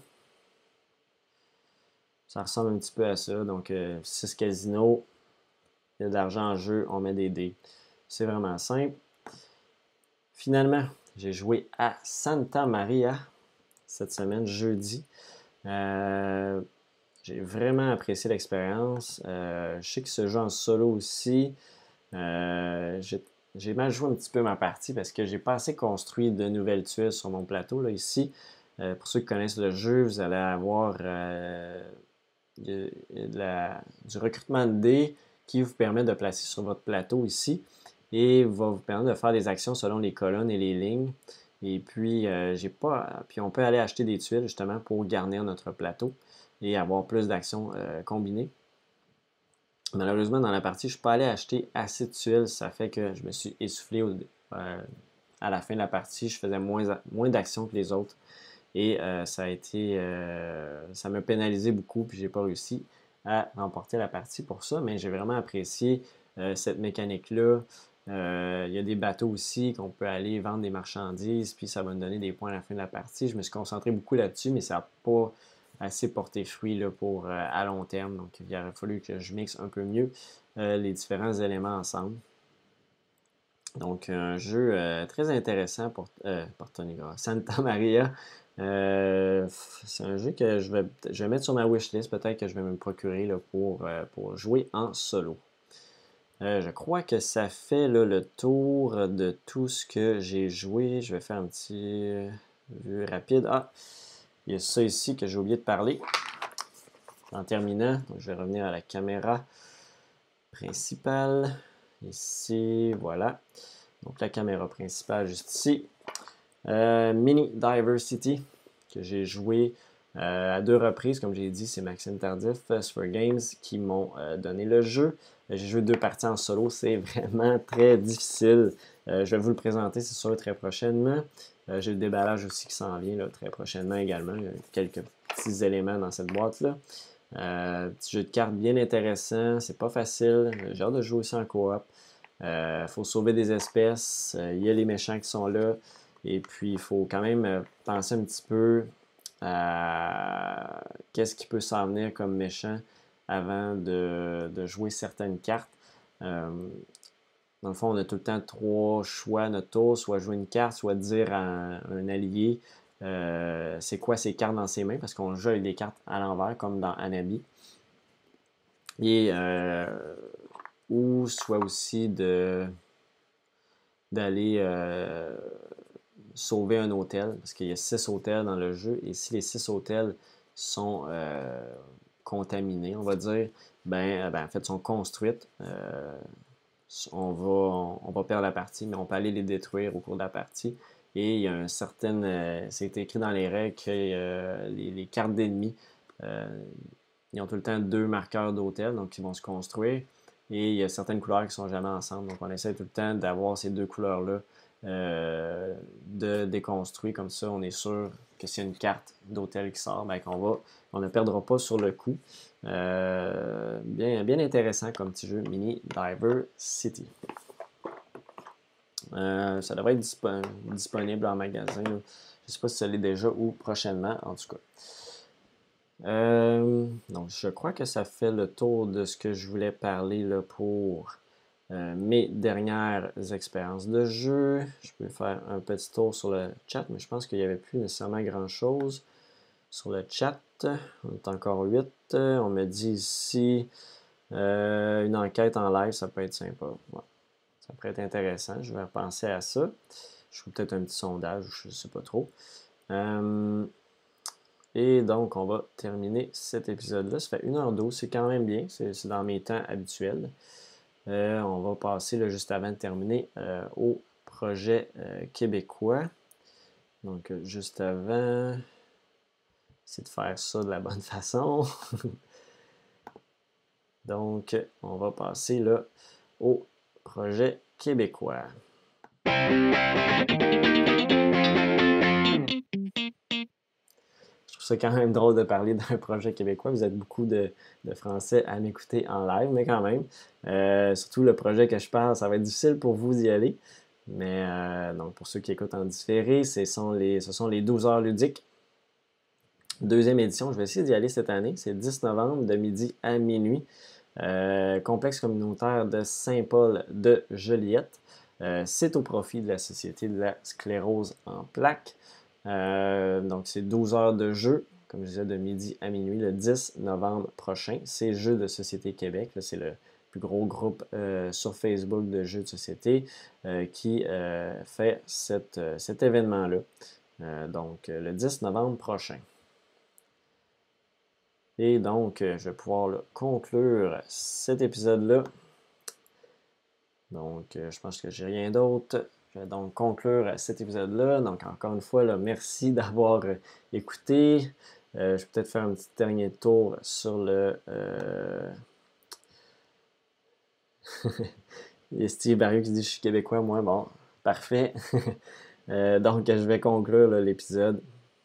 Ça ressemble un petit peu à ça. Donc, euh, six casinos, il y a de l'argent en jeu, on met des dés. C'est vraiment simple. Finalement, j'ai joué à Santa Maria cette semaine, jeudi. Euh, j'ai vraiment apprécié l'expérience. Euh, je sais que ce jeu en solo aussi, euh, j'ai mal joué un petit peu ma partie parce que j'ai pas assez construit de nouvelles tuiles sur mon plateau. Là, ici, euh, pour ceux qui connaissent le jeu, vous allez avoir euh, de, de la, du recrutement de dés qui vous permet de placer sur votre plateau ici et va vous permettre de faire des actions selon les colonnes et les lignes. Et puis, euh, j'ai pas, puis on peut aller acheter des tuiles justement pour garnir notre plateau et avoir plus d'actions euh, combinées. Malheureusement, dans la partie, je ne suis pas allé acheter assez de tuiles. Ça fait que je me suis essoufflé au, euh, à la fin de la partie. Je faisais moins, moins d'actions que les autres. Et euh, ça a été. Euh, ça m'a pénalisé beaucoup, puis j'ai pas réussi à remporter la partie pour ça. Mais j'ai vraiment apprécié euh, cette mécanique-là. Euh, il y a des bateaux aussi qu'on peut aller vendre des marchandises, puis ça va me donner des points à la fin de la partie. Je me suis concentré beaucoup là-dessus, mais ça n'a pas assez porté fruit là, pour euh, à long terme. Donc, il aurait fallu que je mixe un peu mieux euh, les différents éléments ensemble. Donc, un jeu euh, très intéressant pour, euh, pour Tony Gras. Santa Maria, euh, c'est un jeu que je vais, je vais mettre sur ma wishlist. Peut-être que je vais me procurer là, pour, euh, pour jouer en solo. Euh, je crois que ça fait là, le tour de tout ce que j'ai joué. Je vais faire un petit euh, vue rapide. Ah, il y a ça ici que j'ai oublié de parler. En terminant, donc je vais revenir à la caméra principale. Ici, voilà. Donc la caméra principale juste ici. Euh, Mini Diversity, que j'ai joué euh, à deux reprises. Comme j'ai dit, c'est Maxime Tardif, Sphere Games, qui m'ont euh, donné le jeu. J'ai joué deux parties en solo. C'est vraiment très difficile. Euh, je vais vous le présenter, c'est sûr, très prochainement. Euh, j'ai le déballage aussi qui s'en vient là, très prochainement également. Il y a quelques petits éléments dans cette boîte-là. Euh, petit jeu de cartes bien intéressant. C'est pas facile. J'ai hâte de jouer aussi en coop. Il euh, faut sauver des espèces. Il euh, y a les méchants qui sont là. Et puis, il faut quand même penser un petit peu à qu'est-ce qui peut s'en venir comme méchant avant de, de jouer certaines cartes. Euh, dans le fond, on a tout le temps trois choix à notre tour, soit jouer une carte, soit dire à un, un allié euh, c'est quoi ces cartes dans ses mains, parce qu'on joue avec des cartes à l'envers, comme dans Hanabi. Et euh, ou soit aussi de d'aller euh, sauver un hôtel, parce qu'il y a six hôtels dans le jeu, et si les six hôtels sont euh, contaminés, on va dire, ben, ben en fait, sont construites, euh, on va, on, on va perdre la partie, mais on peut aller les détruire au cours de la partie. Et il y a un certain, euh, c'est écrit dans les règles que euh, les, les cartes d'ennemis, euh, ils ont tout le temps deux marqueurs d'hôtel, donc ils vont se construire. Et il y a certaines couleurs qui ne sont jamais ensemble. Donc on essaie tout le temps d'avoir ces deux couleurs-là euh, de déconstruire. Comme ça, on est sûr que s'il y a une carte d'hôtel qui sort, ben, qu'on va, on ne perdra pas sur le coup. Euh, bien, bien intéressant comme petit jeu Mini Diver City. Euh, ça devrait être dispo disponible en magasin. Là. Je ne sais pas si ça l'est déjà ou prochainement, en tout cas. Euh, donc, je crois que ça fait le tour de ce que je voulais parler là, pour euh, mes dernières expériences de jeu. Je peux faire un petit tour sur le chat, mais je pense qu'il n'y avait plus nécessairement grand-chose sur le chat. On est encore huit. On me dit ici euh, une enquête en live, ça peut être sympa. Ouais. Ça pourrait être intéressant. Je vais repenser à ça. Je ferai peut-être un petit sondage, je ne sais pas trop. Euh, et donc, on va terminer cet épisode-là. Ça fait une heure douze, c'est quand même bien. C'est dans mes temps habituels. Euh, on va passer, là, juste avant de terminer, euh, au projet euh, québécois. Donc, euh, juste avant, c'est de faire ça de la bonne façon. Donc, on va passer là au projet québécois. Je trouve ça quand même drôle de parler d'un projet québécois. Vous êtes beaucoup de, de Français à m'écouter en live, mais quand même. Euh, surtout le projet que je parle, ça va être difficile pour vous d'y aller. Mais euh, donc pour ceux qui écoutent en différé, ce sont les, ce sont les douze heures ludiques. Deuxième édition, je vais essayer d'y aller cette année. C'est le dix novembre de midi à minuit. Euh, complexe communautaire de Saint-Paul de Joliette. Euh, c'est au profit de la Société de la sclérose en plaques. Euh, donc, c'est douze heures de jeu, comme je disais, de midi à minuit, le dix novembre prochain. C'est Jeux de Société Québec. C'est le plus gros groupe euh, sur Facebook de jeux de société euh, qui euh, fait cette, euh, cet événement-là. Euh, donc, le dix novembre prochain. Et donc, je vais pouvoir là, conclure cet épisode-là. Donc, je pense que j'ai rien d'autre. Je vais donc conclure cet épisode-là. Donc, encore une fois, là, merci d'avoir écouté. Euh, je vais peut-être faire un petit dernier tour sur le... Euh... Il y a Steve Barrieux qui dit « Je suis québécois, moi. » Bon, parfait. euh, donc, je vais conclure l'épisode.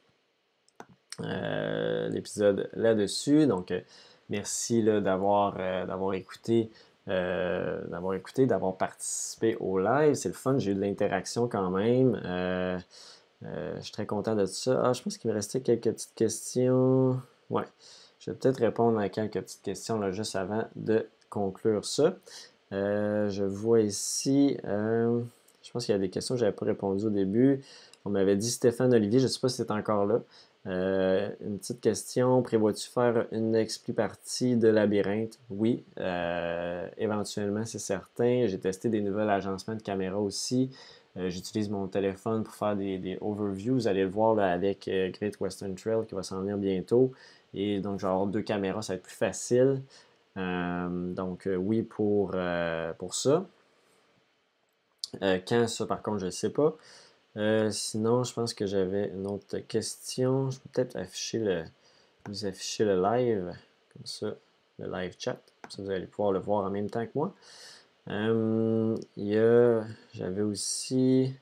Euh, l'épisode là-dessus. Donc, euh, merci d'avoir euh, d'avoir écouté, euh, d'avoir écouté, d'avoir participé au live. C'est le fun, j'ai eu de l'interaction quand même. Euh, euh, je suis très content de ça. Ah, je pense qu'il me restait quelques petites questions. Ouais, je vais peut-être répondre à quelques petites questions là, juste avant de conclure ça. Euh, je vois ici, euh, je pense qu'il y a des questions que je n'avais pas répondu au début. On m'avait dit Stéphane Olivier, je ne sais pas si c'est encore là. Euh, une petite question, prévois-tu faire une expli-partie de Labyrinthe? Oui, euh, éventuellement, c'est certain. J'ai testé des nouveaux agencements de caméra aussi. Euh, J'utilise mon téléphone pour faire des, des overviews. Vous allez le voir là, avec euh, Great Western Trail qui va s'en venir bientôt. Et donc, je vais avoir deux caméras, ça va être plus facile. Euh, donc, euh, oui pour, euh, pour ça. Euh, quand ça, par contre, je ne sais pas. Euh, sinon, je pense que j'avais une autre question. Je peux peut-être afficher le, vous afficher le live, comme ça, le live chat. Comme ça, vous allez pouvoir le voir en même temps que moi. Euh, il y a, j'avais aussi,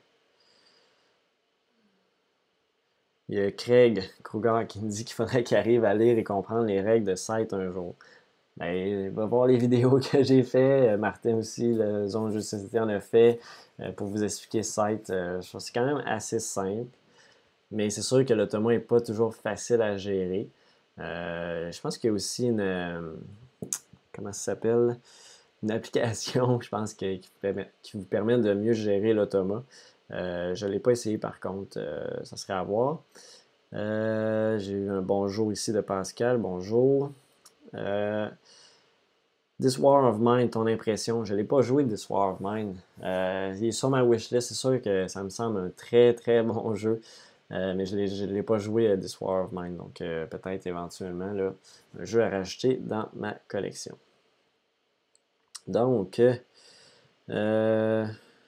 il y a Craig Kruger qui me dit qu'il faudrait qu'il arrive à lire et comprendre les règles de site un jour. Ben, va voir les vidéos que j'ai fait. Martin aussi, le Zone Jeux de Société en a fait euh, pour vous expliquer site. Euh, je pense que c'est quand même assez simple. Mais c'est sûr que l'automa n'est pas toujours facile à gérer. Euh, je pense qu'il y a aussi une... Euh, comment ça s'appelle? Une application, je pense, que, qui, vous permet, qui vous permet de mieux gérer l'automa. Euh, je ne l'ai pas essayé par contre, euh, ça serait à voir. Euh, J'ai eu un bonjour ici de Pascal, bonjour. Euh, This War of Mine, ton impression? Je ne l'ai pas joué, This War of Mine. Euh, il est sur ma wishlist. C'est sûr que ça me semble un très très bon jeu. Euh, mais je ne l'ai pas joué à This War of Mine. Donc euh, peut-être éventuellement là, un jeu à rajouter dans ma collection. Donc, euh,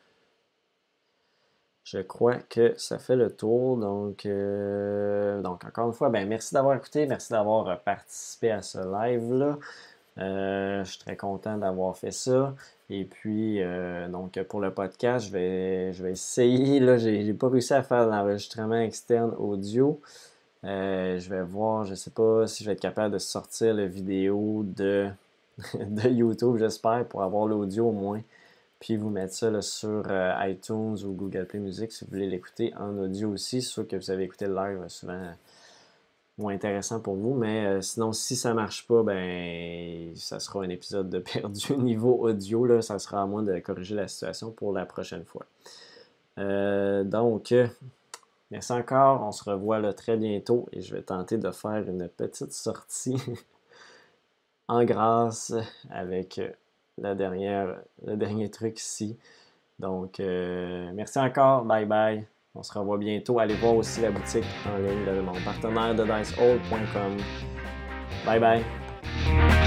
je crois que ça fait le tour. Donc, euh, donc encore une fois, ben, merci d'avoir écouté. Merci d'avoir participé à ce live-là. Euh, je suis très content d'avoir fait ça. Et puis, euh, donc pour le podcast, je vais, je vais essayer. Là, j'ai, j'ai pas réussi à faire l'enregistrement externe audio. Euh, je vais voir, je sais pas si je vais être capable de sortir la vidéo de, de YouTube, j'espère, pour avoir l'audio au moins. Puis vous mettre ça là, sur euh, iTunes ou Google Play Music si vous voulez l'écouter en audio aussi. C'est sûr que vous avez écouté le live souvent moins intéressant pour vous, mais euh, sinon, si ça marche pas, ben ça sera un épisode de perdu niveau audio. Là, ça sera à moi de corriger la situation pour la prochaine fois. Euh, donc, euh, merci encore. On se revoit là, très bientôt et je vais tenter de faire une petite sortie en grâce avec la dernière, le dernier truc ici. Donc, euh, merci encore. Bye bye. On se revoit bientôt. Allez voir aussi la boutique en ligne de mon partenaire de dice hold point com. Bye bye.